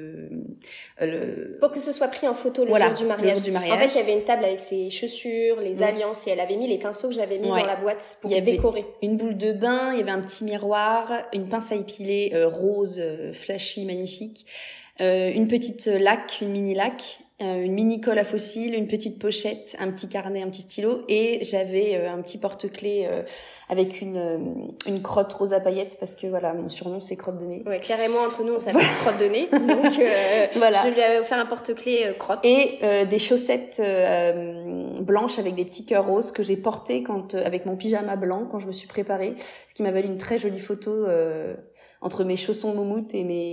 pour que ce soit pris en photo le jour du mariage. En fait, il y avait une table avec ses chaussures, les alliances, et elle avait mis les pinceaux que j'avais mis dans la boîte pour décorer. Une boule de bain, il y avait un petit miroir, une pince à épiler rose, flashy, magnifique, une petite laque, une mini laque, une mini colle à fossiles, une petite pochette, un petit carnet, un petit stylo, et j'avais un petit porte-clés avec une crotte rose à paillettes, parce que voilà, mon surnom c'est crotte de nez. Ouais, Claire et moi, entre nous, on s'appelle crotte de nez, donc voilà. Je lui avais offert un porte-clés crotte. Et des chaussettes blanches avec des petits cœurs roses que j'ai portées avec mon pyjama blanc quand je me suis préparée, ce qui m'a valu une très jolie photo entre mes chaussons moumoutes et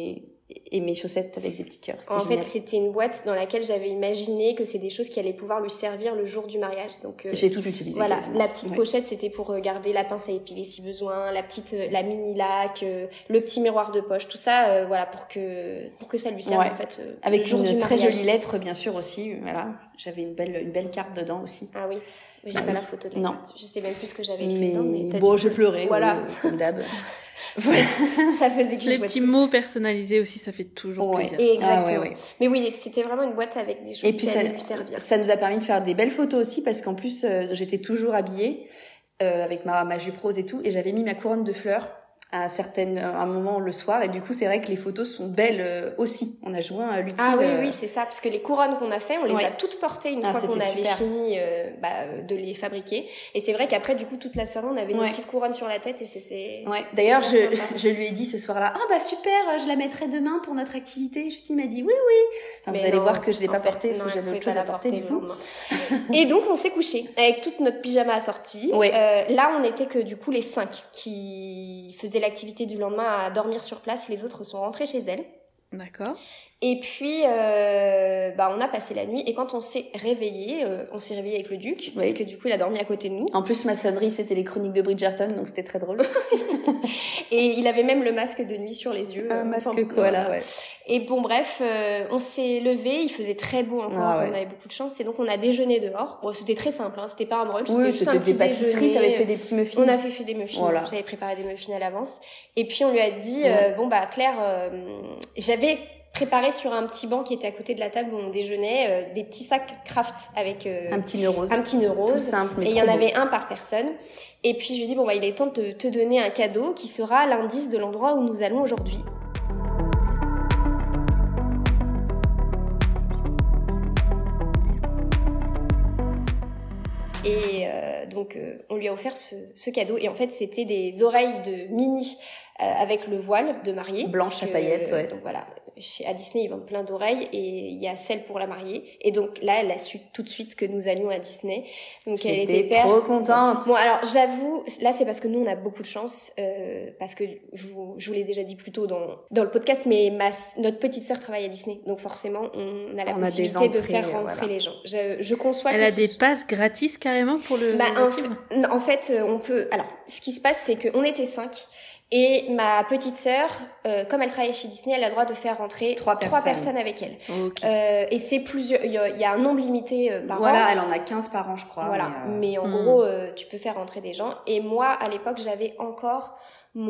et mes chaussettes avec des petits cœurs. En fait, c'était une boîte dans laquelle j'avais imaginé que c'est des choses qui allaient pouvoir lui servir le jour du mariage. Donc, j'ai tout utilisé. Voilà, la petite pochette, c'était pour garder la pince à épiler si besoin, la mini laque, le petit miroir de poche, tout ça, voilà, pour que ça lui serve en fait. Avec le jour une du très mariage. jolie lettre, bien sûr aussi. Voilà, j'avais une belle carte dedans aussi. Ah oui, j'ai pas la photo de la carte. Je sais même plus ce que j'avais écrit dedans. Mais bon, je pleurais. Voilà, comme d'hab. Ça faisait qu'une les petits mots personnalisés aussi, ça fait toujours plaisir. Exactement. Mais oui, c'était vraiment une boîte avec des choses qui allaient lui servir. Ça nous a permis de faire des belles photos aussi parce qu'en plus j'étais toujours habillée avec ma jupe rose et tout, et j'avais mis ma couronne de fleurs à un moment le soir, et du coup c'est vrai que les photos sont belles aussi. On a joint à l'utile. Ah oui, c'est ça, parce que les couronnes qu'on a fait, on les a toutes portées une fois qu'on avait fini de les fabriquer, et c'est vrai qu'après du coup toute la soirée on avait nos petites couronnes sur la tête, et c'est d'ailleurs je lui ai dit ce soir-là, super, je la mettrai demain pour notre activité. Justin m'a dit oui. Enfin, vous allez voir que je l'ai pas portée parce que j'avais autre chose à porter du coup. Et donc on s'est couché avec toute notre pyjama assortie. Là on était que du coup les 5 qui faisaient l'activité du lendemain à dormir sur place, les autres sont rentrés chez elles. D'accord. Et puis on a passé la nuit, et quand on s'est réveillé avec le Duc, parce que du coup il a dormi à côté de nous. En plus ma sonnerie c'était les chroniques de Bridgerton, donc c'était très drôle. Et il avait même le masque de nuit sur les yeux. Un masque koala, Et bon bref, on s'est levé, il faisait très beau encore, on avait beaucoup de chance, et donc on a déjeuné dehors. Bon, c'était très simple, c'était pas un brunch, c'était juste un petit des pâtisseries. T'avais fait des petits muffins. On a fait des muffins, j'avais préparé des muffins à l'avance. Et puis on lui a dit, Claire, j'avais préparé sur un petit banc qui était à côté de la table où on déjeunait des petits sacs craft avec un petit nœud rose. Tout simple, mais et il y en avait un par personne. Et puis je lui ai dit il est temps de te donner un cadeau qui sera l'indice de l'endroit où nous allons aujourd'hui. Et donc on lui a offert ce cadeau, et en fait c'était des oreilles de Minnie avec le voile de mariée blanche à paillettes. Donc voilà, à Disney ils vendent plein d'oreilles, et il y a celle pour la mariée, et donc là elle a su tout de suite que nous allions à Disney, donc elle était trop contente. Bon, alors j'avoue, là c'est parce que nous on a beaucoup de chance, parce que je vous l'ai déjà dit plus tôt dans le podcast, mais notre petite sœur travaille à Disney, donc forcément on a la possibilité de faire rentrer les gens. Je conçois elle a des passes gratis carrément pour le en fait on peut, alors ce qui se passe c'est qu'on était 5, et ma petite sœur, comme elle travaille chez Disney, elle a le droit de faire rentrer 3 personnes avec elle. Okay. Et c'est plusieurs, il y a un nombre limité par an. Voilà, elle en a 15 par an, je crois. Voilà, mais en gros, tu peux faire rentrer des gens. Et moi, à l'époque, j'avais encore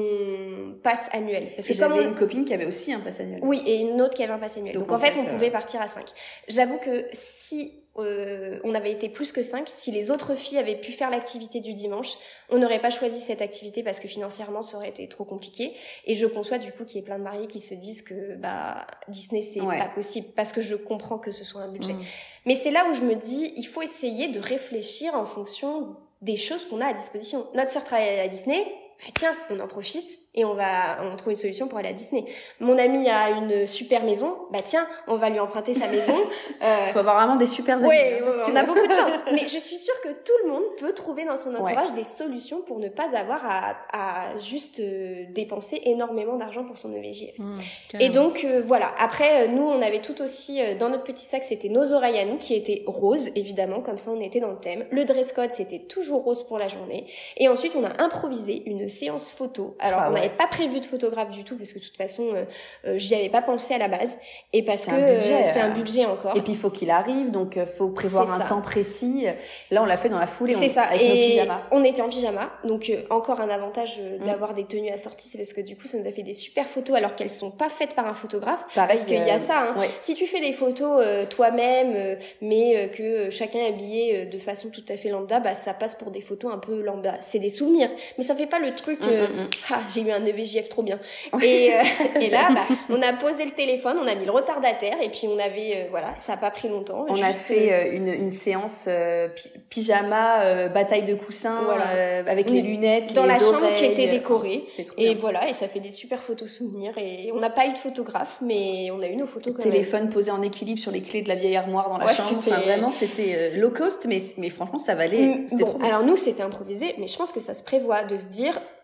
mon pass annuel. Parce que j'avais une copine qui avait aussi un pass annuel. Oui, et une autre qui avait un pass annuel. Donc en fait, on pouvait partir à 5. J'avoue que si on avait été plus que 5, si les autres filles avaient pu faire l'activité du dimanche, on n'aurait pas choisi cette activité parce que financièrement ça aurait été trop compliqué, et je conçois du coup qu'il y ait plein de mariés qui se disent que Disney c'est pas possible, parce que je comprends que ce soit un budget. Mais c'est là où je me dis il faut essayer de réfléchir en fonction des choses qu'on a à disposition. Notre sœur travaille à Disney, tiens, on en profite et on trouve une solution pour aller à Disney. Mon ami a une super maison, tiens, on va lui emprunter sa maison. Faut avoir vraiment des super amis. On a beaucoup de chance. Mais je suis sûre que tout le monde peut trouver dans son entourage des solutions pour ne pas avoir à juste dépenser énormément d'argent pour son EVJF. Et donc voilà. Après, nous, on avait tout aussi dans notre petit sac, c'était nos oreilles à nous qui étaient roses, évidemment, comme ça on était dans le thème. Le dress code, c'était toujours rose pour la journée. Et ensuite, on a improvisé une séance photo. Alors, on n'avait pas prévu de photographe du tout, parce que de toute façon, j'y avais pas pensé à la base. Et parce que c'est un budget encore. Et puis, il faut qu'il arrive, donc faut prévoir un temps précis. Là, on l'a fait dans la foulée. C'est ça. Avec nos pyjamas. On était en pyjama, donc encore un avantage d'avoir des tenues assorties, c'est parce que du coup, ça nous a fait des super photos, alors qu'elles sont pas faites par un photographe. Pareil, parce qu'il y a ça. Si tu fais des photos toi-même, mais que chacun est habillé de façon tout à fait lambda, ça passe pour des photos un peu lambda. C'est des souvenirs, mais ça fait pas le truc. J'ai eu un EVJF trop bien. Et là, on a posé le téléphone, on a mis le retardataire, et puis on avait ça a pas pris longtemps. On a fait une séance pyjama, bataille de coussins, avec les lunettes, dans les la chambre oreilles, qui était décorée. C'était trop et bien. voilà, et ça fait des super photos souvenirs. Et on n'a pas eu de photographe, mais on a eu nos photos quand téléphone même. posé en équilibre sur les clés de la vieille armoire dans la chambre. Vraiment, c'était low cost, mais franchement, ça valait. C'était trop bien. Alors nous, c'était improvisé, mais je pense que ça se prévoit de se dire,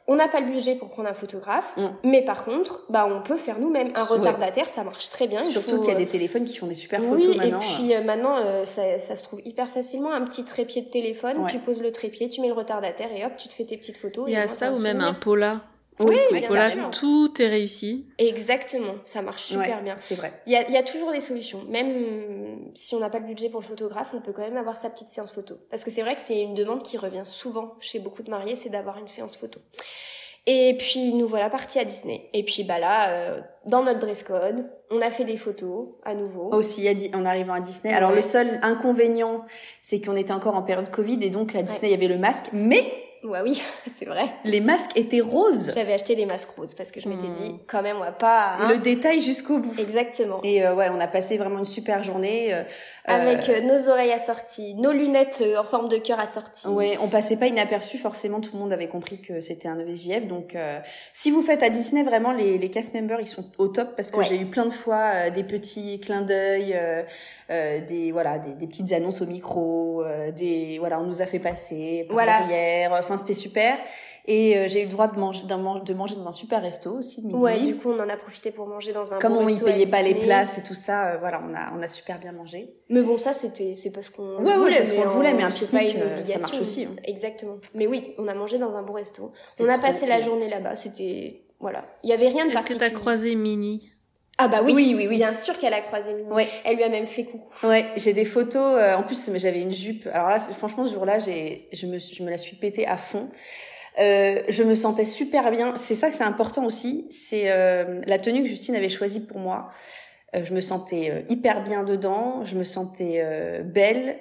on n'a pas le budget pour prendre un photographe, mais par contre, on peut faire nous-mêmes. Un retardataire, ça marche très bien. Surtout qu'il y a des téléphones qui font des super photos maintenant. Et puis maintenant, ça se trouve hyper facilement. Un petit trépied de téléphone, tu poses le trépied, tu mets le retardataire et hop, tu te fais tes petites photos. Il y a ça ou même un Pola. Oui, Pola, tout est réussi. Exactement, ça marche super bien. C'est vrai. Il y a toujours des solutions. Même si on n'a pas le budget pour le photographe, on peut quand même avoir sa petite séance photo. Parce que c'est vrai que c'est une demande qui revient souvent chez beaucoup de mariés, c'est d'avoir une séance photo. Et puis nous voilà partis à Disney. Et puis là, dans notre dress code, on a fait des photos à nouveau. Aussi en arrivant à Disney. Alors le seul inconvénient, c'est qu'on était encore en période Covid et donc à Disney il y avait le masque, mais ouais, oui, c'est vrai. Les masques étaient roses. J'avais acheté des masques roses parce que je m'étais dit, quand même, on va pas... Le détail jusqu'au bout. Exactement. Et on a passé vraiment une super journée. Avec nos oreilles assorties, nos lunettes en forme de cœur assorties. Ouais, on passait pas inaperçu, forcément, tout le monde avait compris que c'était un EVJF. Donc, si vous faites à Disney, vraiment, les cast members, ils sont au top parce que j'ai eu plein de fois des petits clins d'œil, des petites annonces au micro, on nous a fait passer par derrière. Enfin, c'était super. Et j'ai eu le droit de manger dans un super resto aussi le midi. Ouais, du coup on en a profité pour manger dans un bon resto. Comme on y payait pas les places et tout ça, on a super bien mangé. Mais bon, ça c'est parce qu'on voulait, parce qu'on le voulait, mais un pique-nique ça marche aussi. Exactement. Mais oui, on a mangé dans un bon resto. On a passé la journée là-bas, c'était il y avait rien de particulier. Est-ce que t'as croisé Minnie? Ah bah oui, bien sûr qu'elle a croisé Minnie. Ouais. Elle lui a même fait coucou. Ouais, j'ai des photos. En plus, j'avais une jupe. Alors là, franchement, ce jour-là, je me la suis pétée à fond. Je me sentais super bien. C'est ça que c'est important aussi. C'est la tenue que Justine avait choisie pour moi. Je me sentais hyper bien dedans. Je me sentais belle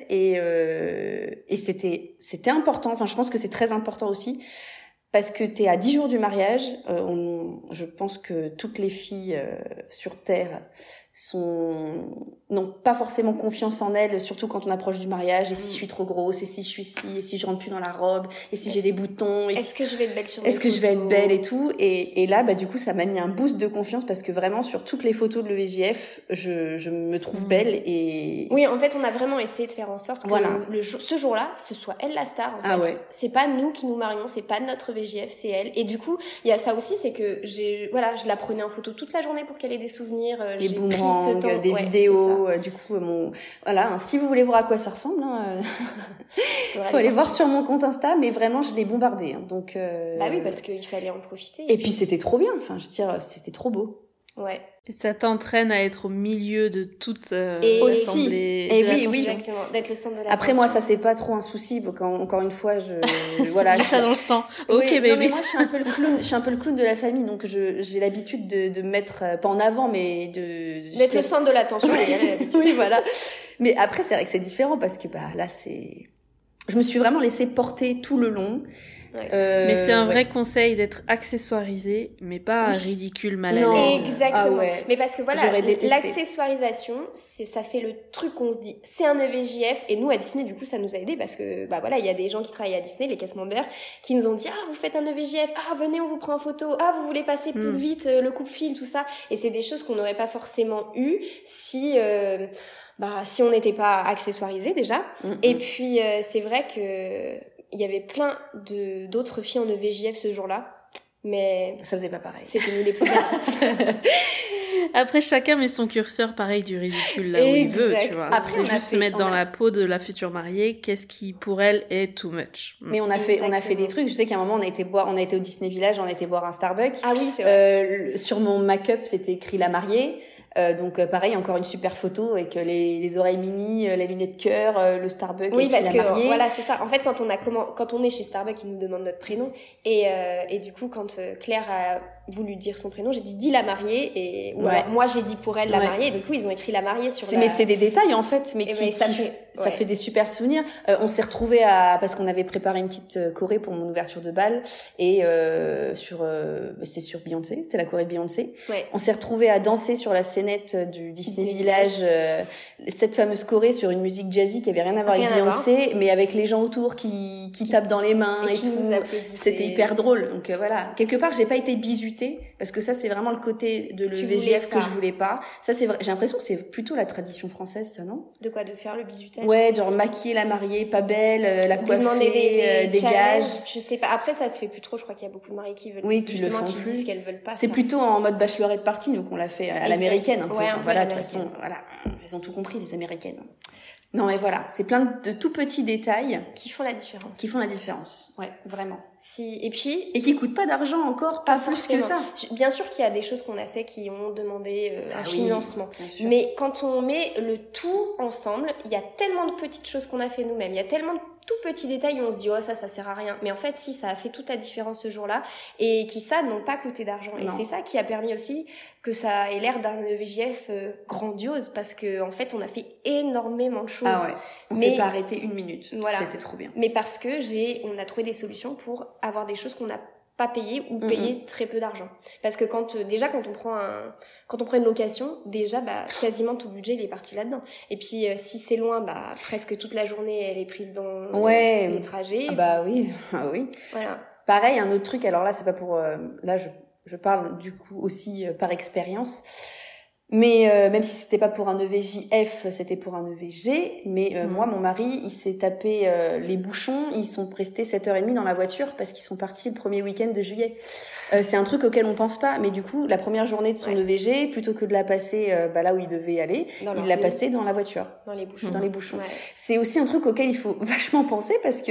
et c'était important. Enfin, je pense que c'est très important aussi. Parce que t'es à 10 jours du mariage, je pense que toutes les filles sur Terre n'ont pas forcément confiance en elles, surtout quand on approche du mariage, et si je suis trop grosse, et si je suis ci, et si je rentre plus dans la robe, et si j'ai des boutons, est-ce que je vais être belle sur est-ce que je vais être belle et tout, et là, du coup, ça m'a mis un boost de confiance, parce que vraiment, sur toutes les photos de l'EVJF, je me trouve belle, et... Oui, en fait, on a vraiment essayé de faire en sorte que ce jour-là, ce soit elle la star, en fait. Ouais. C'est pas nous qui nous marions, c'est pas notre EVJF, c'est elle. Et du coup, il y a ça aussi, c'est que je la prenais en photo toute la journée pour qu'elle ait des souvenirs. Les boomerangs, des vidéos, du coup, si vous voulez voir à quoi ça ressemble, faut aller voir sur mon compte Insta, mais vraiment, je l'ai bombardé, donc... Bah oui, parce qu'il fallait en profiter. Et puis, c'était trop bien, enfin, je veux dire, c'était trop beau. Ouais. Et ça t'entraîne à être au milieu de toute l'assemblée. Et oui, exactement, d'être le centre de la Après, moi, ça c'est pas trop un souci. Encore une fois, voilà. J'ai ça dans le sang. Ok, baby. Non, mais moi, je suis un peu le clown de la famille, donc j'ai l'habitude de me mettre pas en avant, mais d'être le centre de l'attention. Oui, voilà. Mais après, c'est vrai que c'est différent parce que là, je me suis vraiment laissée porter tout le long. Ouais. Mais c'est un vrai conseil d'être accessoirisé, mais pas ridicule, mal à l'aise. Exactement. Mais parce que l'accessoirisation, ça fait le truc qu'on se dit, c'est un EVJF, et nous à Disney du coup ça nous a aidé parce que il y a des gens qui travaillent à Disney, les cast members, qui nous ont dit vous faites un EVJF, venez on vous prend en photo, vous voulez passer plus vite le coupe-fil, tout ça, et c'est des choses qu'on n'aurait pas forcément eu si on n'était pas accessoirisé déjà. Et puis c'est vrai que il y avait plein d'autres filles en EVJF ce jour-là, mais... Ça faisait pas pareil. C'était nous les plus belles. Après, chacun met son curseur pareil du ridicule là où il veut, tu vois. Après, c'est juste se mettre dans la peau de la future mariée, qu'est-ce qui, pour elle, est too much. Mais on a fait des trucs. Je sais qu'à un moment, on a été au Disney Village, on a été boire un Starbucks. Ah oui, c'est vrai. Sur mon make-up, c'était écrit la mariée. Donc pareil, encore une super photo avec les oreilles mini, les lunettes cœur, le Starbucks. Oui, parce que voilà, c'est ça. En fait, quand on est chez Starbucks, ils nous demandent notre prénom, et du coup, quand Claire a voulu dire son prénom, j'ai dit dis la mariée, alors moi j'ai dit pour elle la mariée, et du coup ils ont écrit la mariée sur mais c'est des détails en fait, mais ça fait des super souvenirs. On s'est retrouvés parce qu'on avait préparé une petite choré pour mon ouverture de bal, et c'était sur Beyoncé, c'était la choré de Beyoncé. Ouais. On s'est retrouvés à danser sur la scénette du Disney Village cette fameuse choré sur une musique jazzy qui avait rien à voir avec Beyoncé, mais avec les gens autour qui tapent dans les mains et tout. C'était hyper drôle. Donc voilà. Quelque part, j'ai pas été bisutée parce que ça, c'est vraiment le côté de le VGF que je voulais pas. Ça, c'est vrai. J'ai l'impression que c'est plutôt la tradition française, ça, non? De quoi? De faire le bisutage? Ouais, genre maquiller la mariée, pas belle, la coiffer, des gages. Je sais pas. Après, ça se fait plus trop. Je crois qu'il y a beaucoup de mariés qui veulent. Oui, qui le font qui plus. disent qu'elles veulent pas. C'est plutôt en mode bachelorette party, donc on l'a fait à l'américaine un peu. Ouais, enfin, voilà, de toute façon, voilà, elles ont tout compris, les américaines. Non, mais voilà, c'est plein de tout petits détails qui font la différence. Qui font la différence, ouais, vraiment. Et qui coûtent pas d'argent encore, pas plus que ça. Bien sûr qu'il y a des choses qu'on a fait qui ont demandé un financement, mais quand on met le tout ensemble, il y a tellement de petites choses qu'on a fait nous-mêmes, il y a tellement de tout petits détails où on se dit ça sert à rien, mais en fait si, ça a fait toute la différence ce jour-là, et qui ça n'ont pas coûté d'argent. Et c'est ça qui a permis aussi que ça ait l'air d'un VGF grandiose, parce que en fait on a fait énormément de choses. On s'est pas arrêté une minute. Voilà. C'était trop bien. Mais parce que on a trouvé des solutions pour avoir des choses qu'on n'a pas payé ou payer très peu d'argent. Parce que quand on prend une location, déjà quasiment tout le budget il est parti là-dedans. Et puis si c'est loin, presque toute la journée elle est prise dans les trajets. Oui. Voilà. Pareil, un autre truc, alors là c'est pas pour là je parle du coup aussi par expérience. Mais même si c'était pas pour un EVJF, c'était pour un EVG. Mais moi, mon mari, il s'est tapé les bouchons. Ils sont restés 7h30 dans la voiture parce qu'ils sont partis le premier week-end de juillet. C'est un truc auquel on pense pas. Mais du coup, la première journée de son EVG, plutôt que de la passer là où il devait aller, il l'a passée dans la voiture. Dans les bouchons. Dans les bouchons. Ouais. C'est aussi un truc auquel il faut vachement penser parce que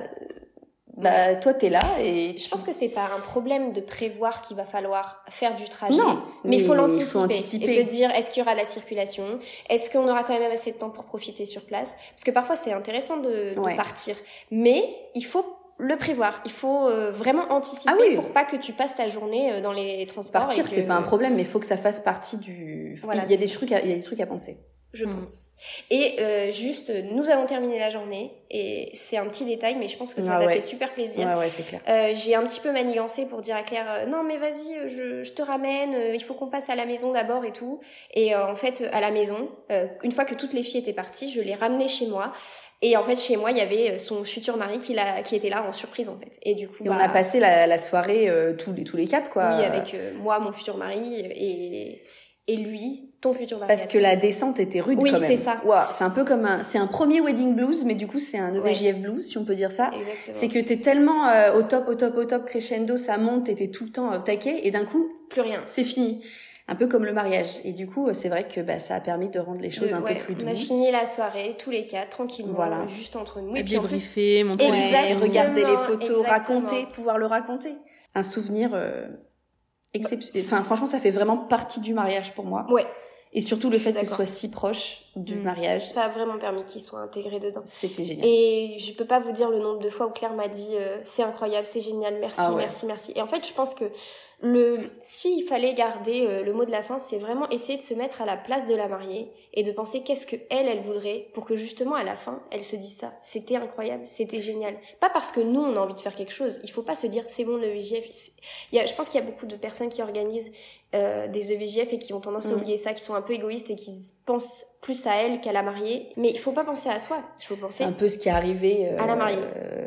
toi t'es là et je pense que c'est pas un problème de prévoir qu'il va falloir faire du trajet, mais il faut l'anticiper et se dire est-ce qu'il y aura de la circulation, est-ce qu'on aura quand même assez de temps pour profiter sur place, parce que parfois c'est intéressant de partir, mais il faut le prévoir, il faut vraiment anticiper pour pas que tu passes ta journée dans les transports. Partir c'est pas un problème, mais il faut que ça fasse partie du il y a des trucs à penser. Je pense. Et juste, nous avons terminé la journée et c'est un petit détail, mais je pense que ça t'a fait super plaisir. Ouais, c'est clair. J'ai un petit peu manigancé pour dire à Claire non mais vas-y, je te ramène, il faut qu'on passe à la maison d'abord et tout. Et en fait, à la maison, une fois que toutes les filles étaient parties, je l'ai ramenée chez moi. Et en fait, chez moi, il y avait son futur mari qui était là en surprise, en fait. Et du coup, on a passé la soirée tous les quatre, quoi. Oui, avec moi, mon futur mari et lui, ton futur mari. Parce que la descente était rude, quand même. Oui, c'est ça. Wow, c'est un peu comme c'est un premier wedding blues, mais du coup, c'est un EVJF blues, si on peut dire ça. Exactement. C'est que t'es tellement au top, crescendo, ça monte, t'es tout le temps au taquet, et d'un coup, plus rien. C'est fini. Un peu comme le mariage. Et du coup, c'est vrai que ça a permis de rendre les choses un peu plus douces. On a fini la soirée, tous les quatre, tranquillement, juste entre nous. Et puis débriefer, montrer regarder les photos, pouvoir le raconter. Un souvenir exceptionnel. Enfin, franchement, ça fait vraiment partie du mariage pour moi. Ouais. Et surtout le fait que ce soit si proche du mariage. Ça a vraiment permis qu'il soit intégré dedans. C'était génial. Et je peux pas vous dire le nombre de fois où Claire m'a dit c'est incroyable, c'est génial, merci. Et en fait, je pense que s'il fallait garder le mot de la fin, c'est vraiment essayer de se mettre à la place de la mariée et de penser qu'est-ce que elle voudrait pour que justement à la fin elle se dise ça. C'était incroyable, c'était génial. Pas parce que nous on a envie de faire quelque chose. Il faut pas se dire c'est bon le EVJF. Je pense qu'il y a beaucoup de personnes qui organisent des EVJF et qui ont tendance à oublier ça, qui sont un peu égoïstes et qui pensent plus à elle qu'à la mariée. Mais il faut pas penser à soi. Il faut penser. C'est un peu ce qui est arrivé à la mariée.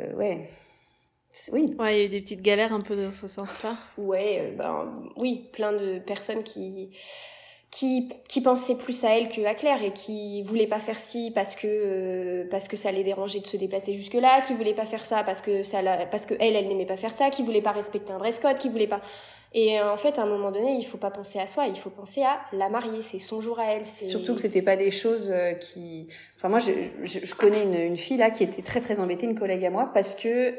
Oui. Ouais, il y a eu des petites galères un peu dans ce sens-là. Ouais, oui, plein de personnes qui pensaient plus à elle qu'à Claire et qui voulaient pas faire ci parce que ça les dérangeait de se déplacer jusque là, qui voulaient pas faire ça parce que elle n'aimait pas faire ça, qui voulaient pas respecter un dress code, qui voulaient pas. Et en fait, à un moment donné, il faut pas penser à soi, il faut penser à la mariée, c'est son jour à elle. Surtout que c'était pas des choses qui... Enfin, moi, je connais une fille là qui était très très embêtée, une collègue à moi, parce que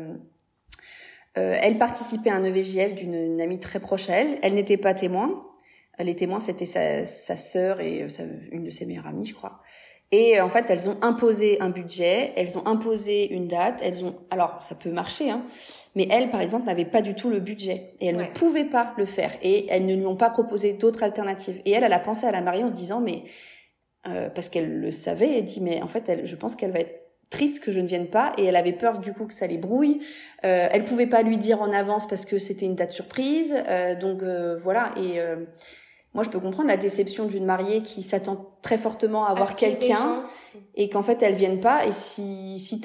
elle participait à un EVJF d'une amie très proche à elle. Elle n'était pas témoin. Les témoins, c'était sa sœur et une de ses meilleures amies, je crois. Et en fait, elles ont imposé un budget, elles ont imposé une date, alors ça peut marcher, hein, mais elle, par exemple, n'avait pas du tout le budget et elle ne pouvait pas le faire et elles ne lui ont pas proposé d'autres alternatives. Et elle a pensé à la mariée en se disant, mais parce qu'elle le savait, elle dit, mais en fait, je pense qu'elle va être triste que je ne vienne pas, et elle avait peur du coup que ça les brouille. Elle pouvait pas lui dire en avance parce que c'était une date surprise, donc voilà. moi je peux comprendre la déception d'une mariée qui s'attend très fortement à voir quelqu'un et qu'en fait elle vienne pas. Et si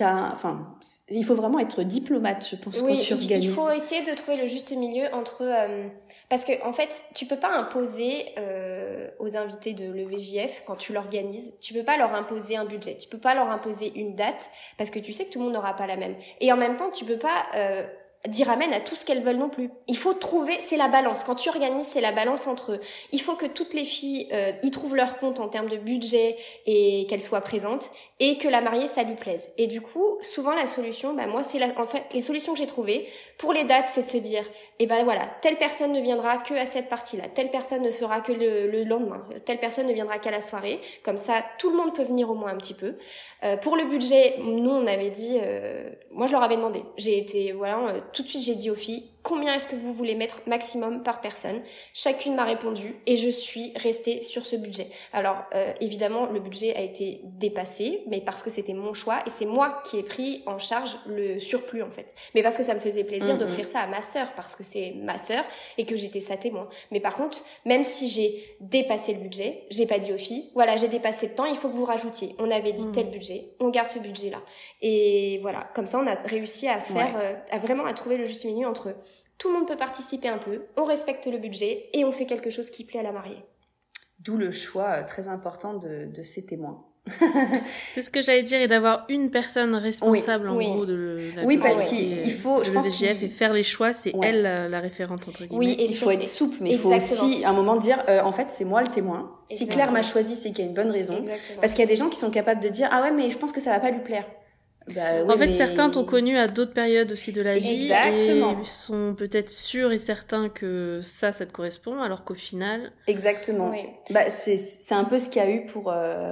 il faut vraiment être diplomate, je pense, quand tu organises. Il faut essayer de trouver le juste milieu entre parce que en fait tu peux pas imposer aux invités de l'EVJF quand tu l'organises, tu peux pas leur imposer un budget, tu peux pas leur imposer une date parce que tu sais que tout le monde n'aura pas la même. Et en même temps tu peux pas dire amen à tout ce qu'elles veulent non plus. Il faut trouver, c'est la balance. Quand tu organises, c'est la balance entre il faut que toutes les filles y trouvent leur compte en termes de budget et qu'elles soient présentes et que la mariée ça lui plaise. Et du coup, souvent la solution, moi en fait les solutions que j'ai trouvées pour les dates, c'est de se dire voilà, telle personne ne viendra que à cette partie-là, telle personne ne fera que le lendemain, telle personne ne viendra qu'à la soirée. Comme ça, tout le monde peut venir au moins un petit peu. Pour le budget, nous on avait dit moi je leur avais demandé. J'ai été tout de suite j'ai dit aux filles combien est-ce que vous voulez mettre maximum par personne. Chacune m'a répondu et je suis restée sur ce budget. Alors évidemment le budget a été dépassé, mais parce que c'était mon choix et c'est moi qui ai pris en charge le surplus en fait. Mais parce que ça me faisait plaisir d'offrir ça à ma sœur parce que c'est ma sœur et que j'étais sa témoin. Mais par contre, même si j'ai dépassé le budget, j'ai pas dit aux filles voilà, j'ai dépassé le temps, il faut que vous rajoutiez. On avait dit tel budget, on garde ce budget là. Et voilà, comme ça on a réussi à faire à trouver le juste milieu entre tout le monde peut participer un peu, on respecte le budget et on fait quelque chose qui plaît à la mariée. D'où le choix très important de ces témoins. C'est ce que j'allais dire, et d'avoir une personne responsable gros de la parce qu'il faut, je pense, VGF et faire les choix, c'est elle la référente entre guillemets. Oui, et il faut être souple, mais il faut aussi à un moment dire en fait c'est moi le témoin. Si Claire m'a choisi, c'est qu'il y a une bonne raison. Parce qu'il y a des gens qui sont capables de dire ah ouais mais je pense que ça va pas lui plaire. En fait, certains t'ont connu à d'autres périodes aussi de la vie et sont peut-être sûrs et certains que ça te correspond, alors qu'au final... Exactement. Oui. C'est un peu ce qu'il y a eu pour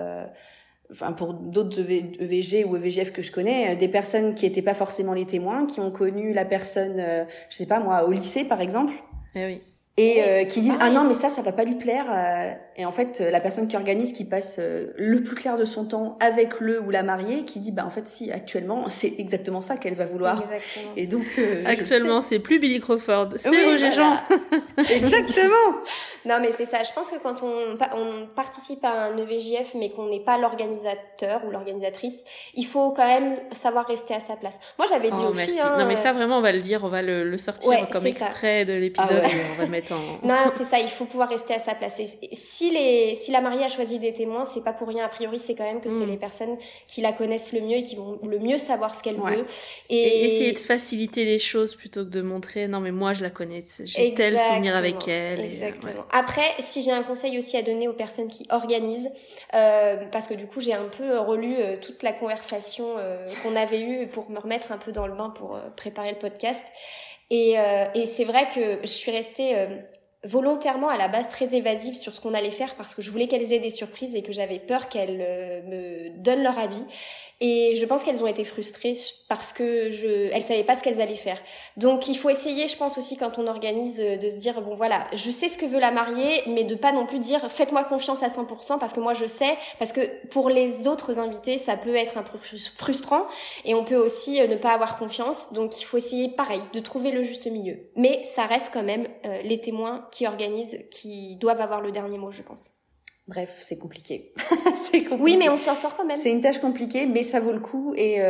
d'autres EVG ou EVGF que je connais, des personnes qui étaient pas forcément les témoins, qui ont connu la personne, je sais pas moi, au lycée par exemple. Oui. Et qui disent ah non mais ça va pas lui plaire et en fait la personne qui organise qui passe le plus clair de son temps avec le ou la mariée qui dit en fait si actuellement c'est exactement ça qu'elle va vouloir. Exactement. Et donc actuellement c'est plus Billy Crawford, c'est Roger Jean. Exactement. Non mais c'est ça, je pense que quand on participe à un EVJF mais qu'on n'est pas l'organisateur ou l'organisatrice, il faut quand même savoir rester à sa place. Moi j'avais dit aux filles non mais ça vraiment on va le dire, on va le sortir comme extrait de l'épisode et on va le mettre Non, c'est ça, il faut pouvoir rester à sa place. Et si la mariée a choisi des témoins, c'est pas pour rien. A priori, c'est quand même que c'est les personnes qui la connaissent le mieux et qui vont le mieux savoir ce qu'elle veut. Et essayer de faciliter les choses plutôt que de montrer non mais moi je la connais, j'ai tel souvenir avec elle. Exactement. Après, si j'ai un conseil aussi à donner aux personnes qui organisent, parce que du coup j'ai un peu relu toute la conversation qu'on avait eue pour me remettre un peu dans le bain pour préparer le podcast. Et c'est vrai que je suis restée volontairement à la base très évasive sur ce qu'on allait faire parce que je voulais qu'elles aient des surprises et que j'avais peur qu'elles me donnent leur avis. Et je pense qu'elles ont été frustrées parce que elles savaient pas ce qu'elles allaient faire. Donc il faut essayer, je pense aussi quand on organise, de se dire bon voilà, je sais ce que veut la mariée, mais de pas non plus dire faites-moi confiance à 100% parce que moi je sais, parce que pour les autres invités ça peut être un peu frustrant et on peut aussi ne pas avoir confiance. Donc il faut essayer pareil de trouver le juste milieu. Mais ça reste quand même les témoins qui organisent qui doivent avoir le dernier mot, je pense. Bref, c'est compliqué. Oui, mais on s'en sort quand même. C'est une tâche compliquée, mais ça vaut le coup.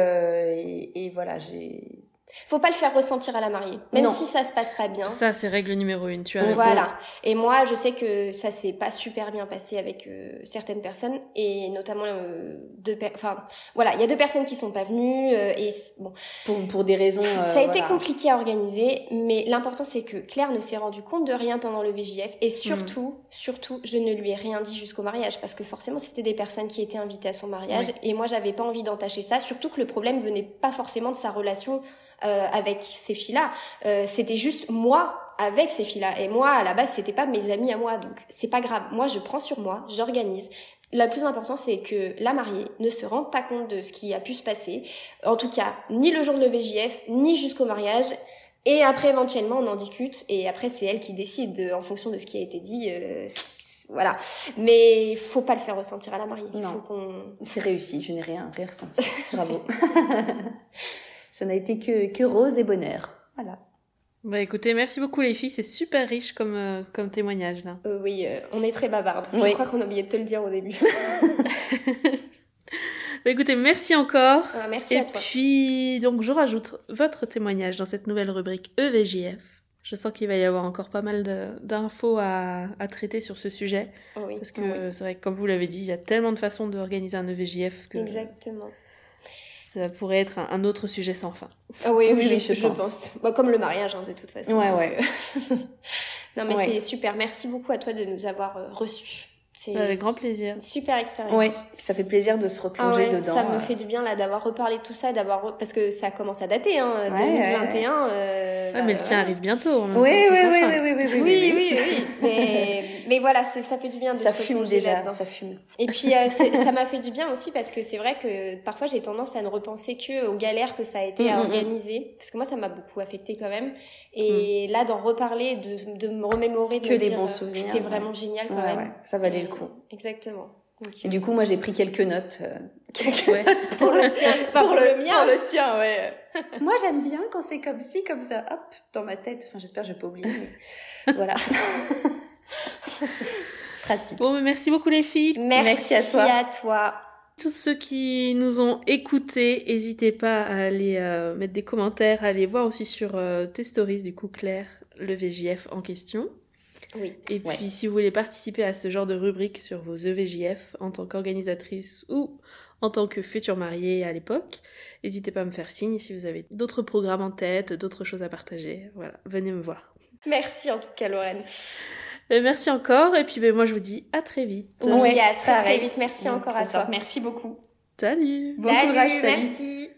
Et voilà, faut pas le faire ressentir à la mariée, même si ça se passe pas bien. Ça, c'est règle numéro 1, tu as raison. Voilà. Et moi, je sais que ça s'est pas super bien passé avec certaines personnes, et notamment il y a 2 personnes qui sont pas venues, et bon. Pour des raisons. Ça a été compliqué à organiser, mais l'important c'est que Claire ne s'est rendu compte de rien pendant le VJF, et surtout, je ne lui ai rien dit jusqu'au mariage, parce que forcément c'était des personnes qui étaient invitées à son mariage, et moi j'avais pas envie d'entacher ça, surtout que le problème venait pas forcément de sa relation avec ces filles-là, c'était juste moi avec ces filles-là, et moi à la base c'était pas mes amis à moi, donc c'est pas grave, moi je prends sur moi, j'organise. Le plus important c'est que la mariée ne se rende pas compte de ce qui a pu se passer, en tout cas ni le jour de VJF ni jusqu'au mariage, et après éventuellement on en discute et après c'est elle qui décide en fonction de ce qui a été dit, voilà, mais faut pas le faire ressentir à la mariée. Non, c'est réussi, je n'ai rien ressenti. Bravo. Ça n'a été que rose et bonheur. Voilà. Bah écoutez, merci beaucoup les filles, c'est super riche comme témoignage là. Oui, on est très bavardes. Oui. Je crois qu'on a oublié de te le dire au début. Bah écoutez, merci encore. Merci à toi. Et puis, donc je rajoute votre témoignage dans cette nouvelle rubrique EVJF. Je sens qu'il va y avoir encore pas mal d'infos à traiter sur ce sujet. Oui. Parce que c'est vrai que, comme vous l'avez dit, il y a tellement de façons d'organiser un EVJF que Exactement. ça pourrait être un autre sujet sans fin. Oui, je pense. Bah, comme le mariage, de toute façon. Ouais. Non, mais c'est super. Merci beaucoup à toi de nous avoir reçus. C'est avec grand plaisir. Une super expérience. Oui, ça fait plaisir de se replonger dedans. Ça me fait du bien là d'avoir reparlé de tout ça, parce que ça commence à dater, 2021. Mais le tien arrive bientôt. Oui. Mais voilà, ça fait du bien de ça se fume replonger déjà, là-dedans. ça fume. Et puis ça m'a fait du bien aussi parce que c'est vrai que parfois j'ai tendance à ne repenser que aux galères que ça a été à organiser, parce que moi ça m'a beaucoup affecté quand même. Et là d'en reparler, de me remémorer, de que me des dire, bons souvenirs. C'était vraiment génial quand même. Ouais, ça valait le coup. Exactement. Donc, et du coup, moi j'ai pris quelques notes. Pour le tien, pour le mien. Pour le tien, ouais. Moi j'aime bien quand c'est comme ci, comme ça, hop, dans ma tête. Enfin, j'espère que je vais pas oublier, mais voilà. Pratique. Bon, mais merci beaucoup les filles. Merci à toi. Tous ceux qui nous ont écoutés, n'hésitez pas à aller mettre des commentaires, à aller voir aussi sur tes stories, du coup, Claire, le VJF en question. Oui. Et puis, si vous voulez participer à ce genre de rubrique sur vos EVJF en tant qu'organisatrice ou en tant que future mariée à l'époque, n'hésitez pas à me faire signe si vous avez d'autres programmes en tête, d'autres choses à partager. Voilà, venez me voir. Merci en tout cas, Lorraine. Merci encore, et puis moi je vous dis à très vite. Oui, à très vite. Merci encore à toi. Merci beaucoup. Salut. Bon courage, salut. Merci.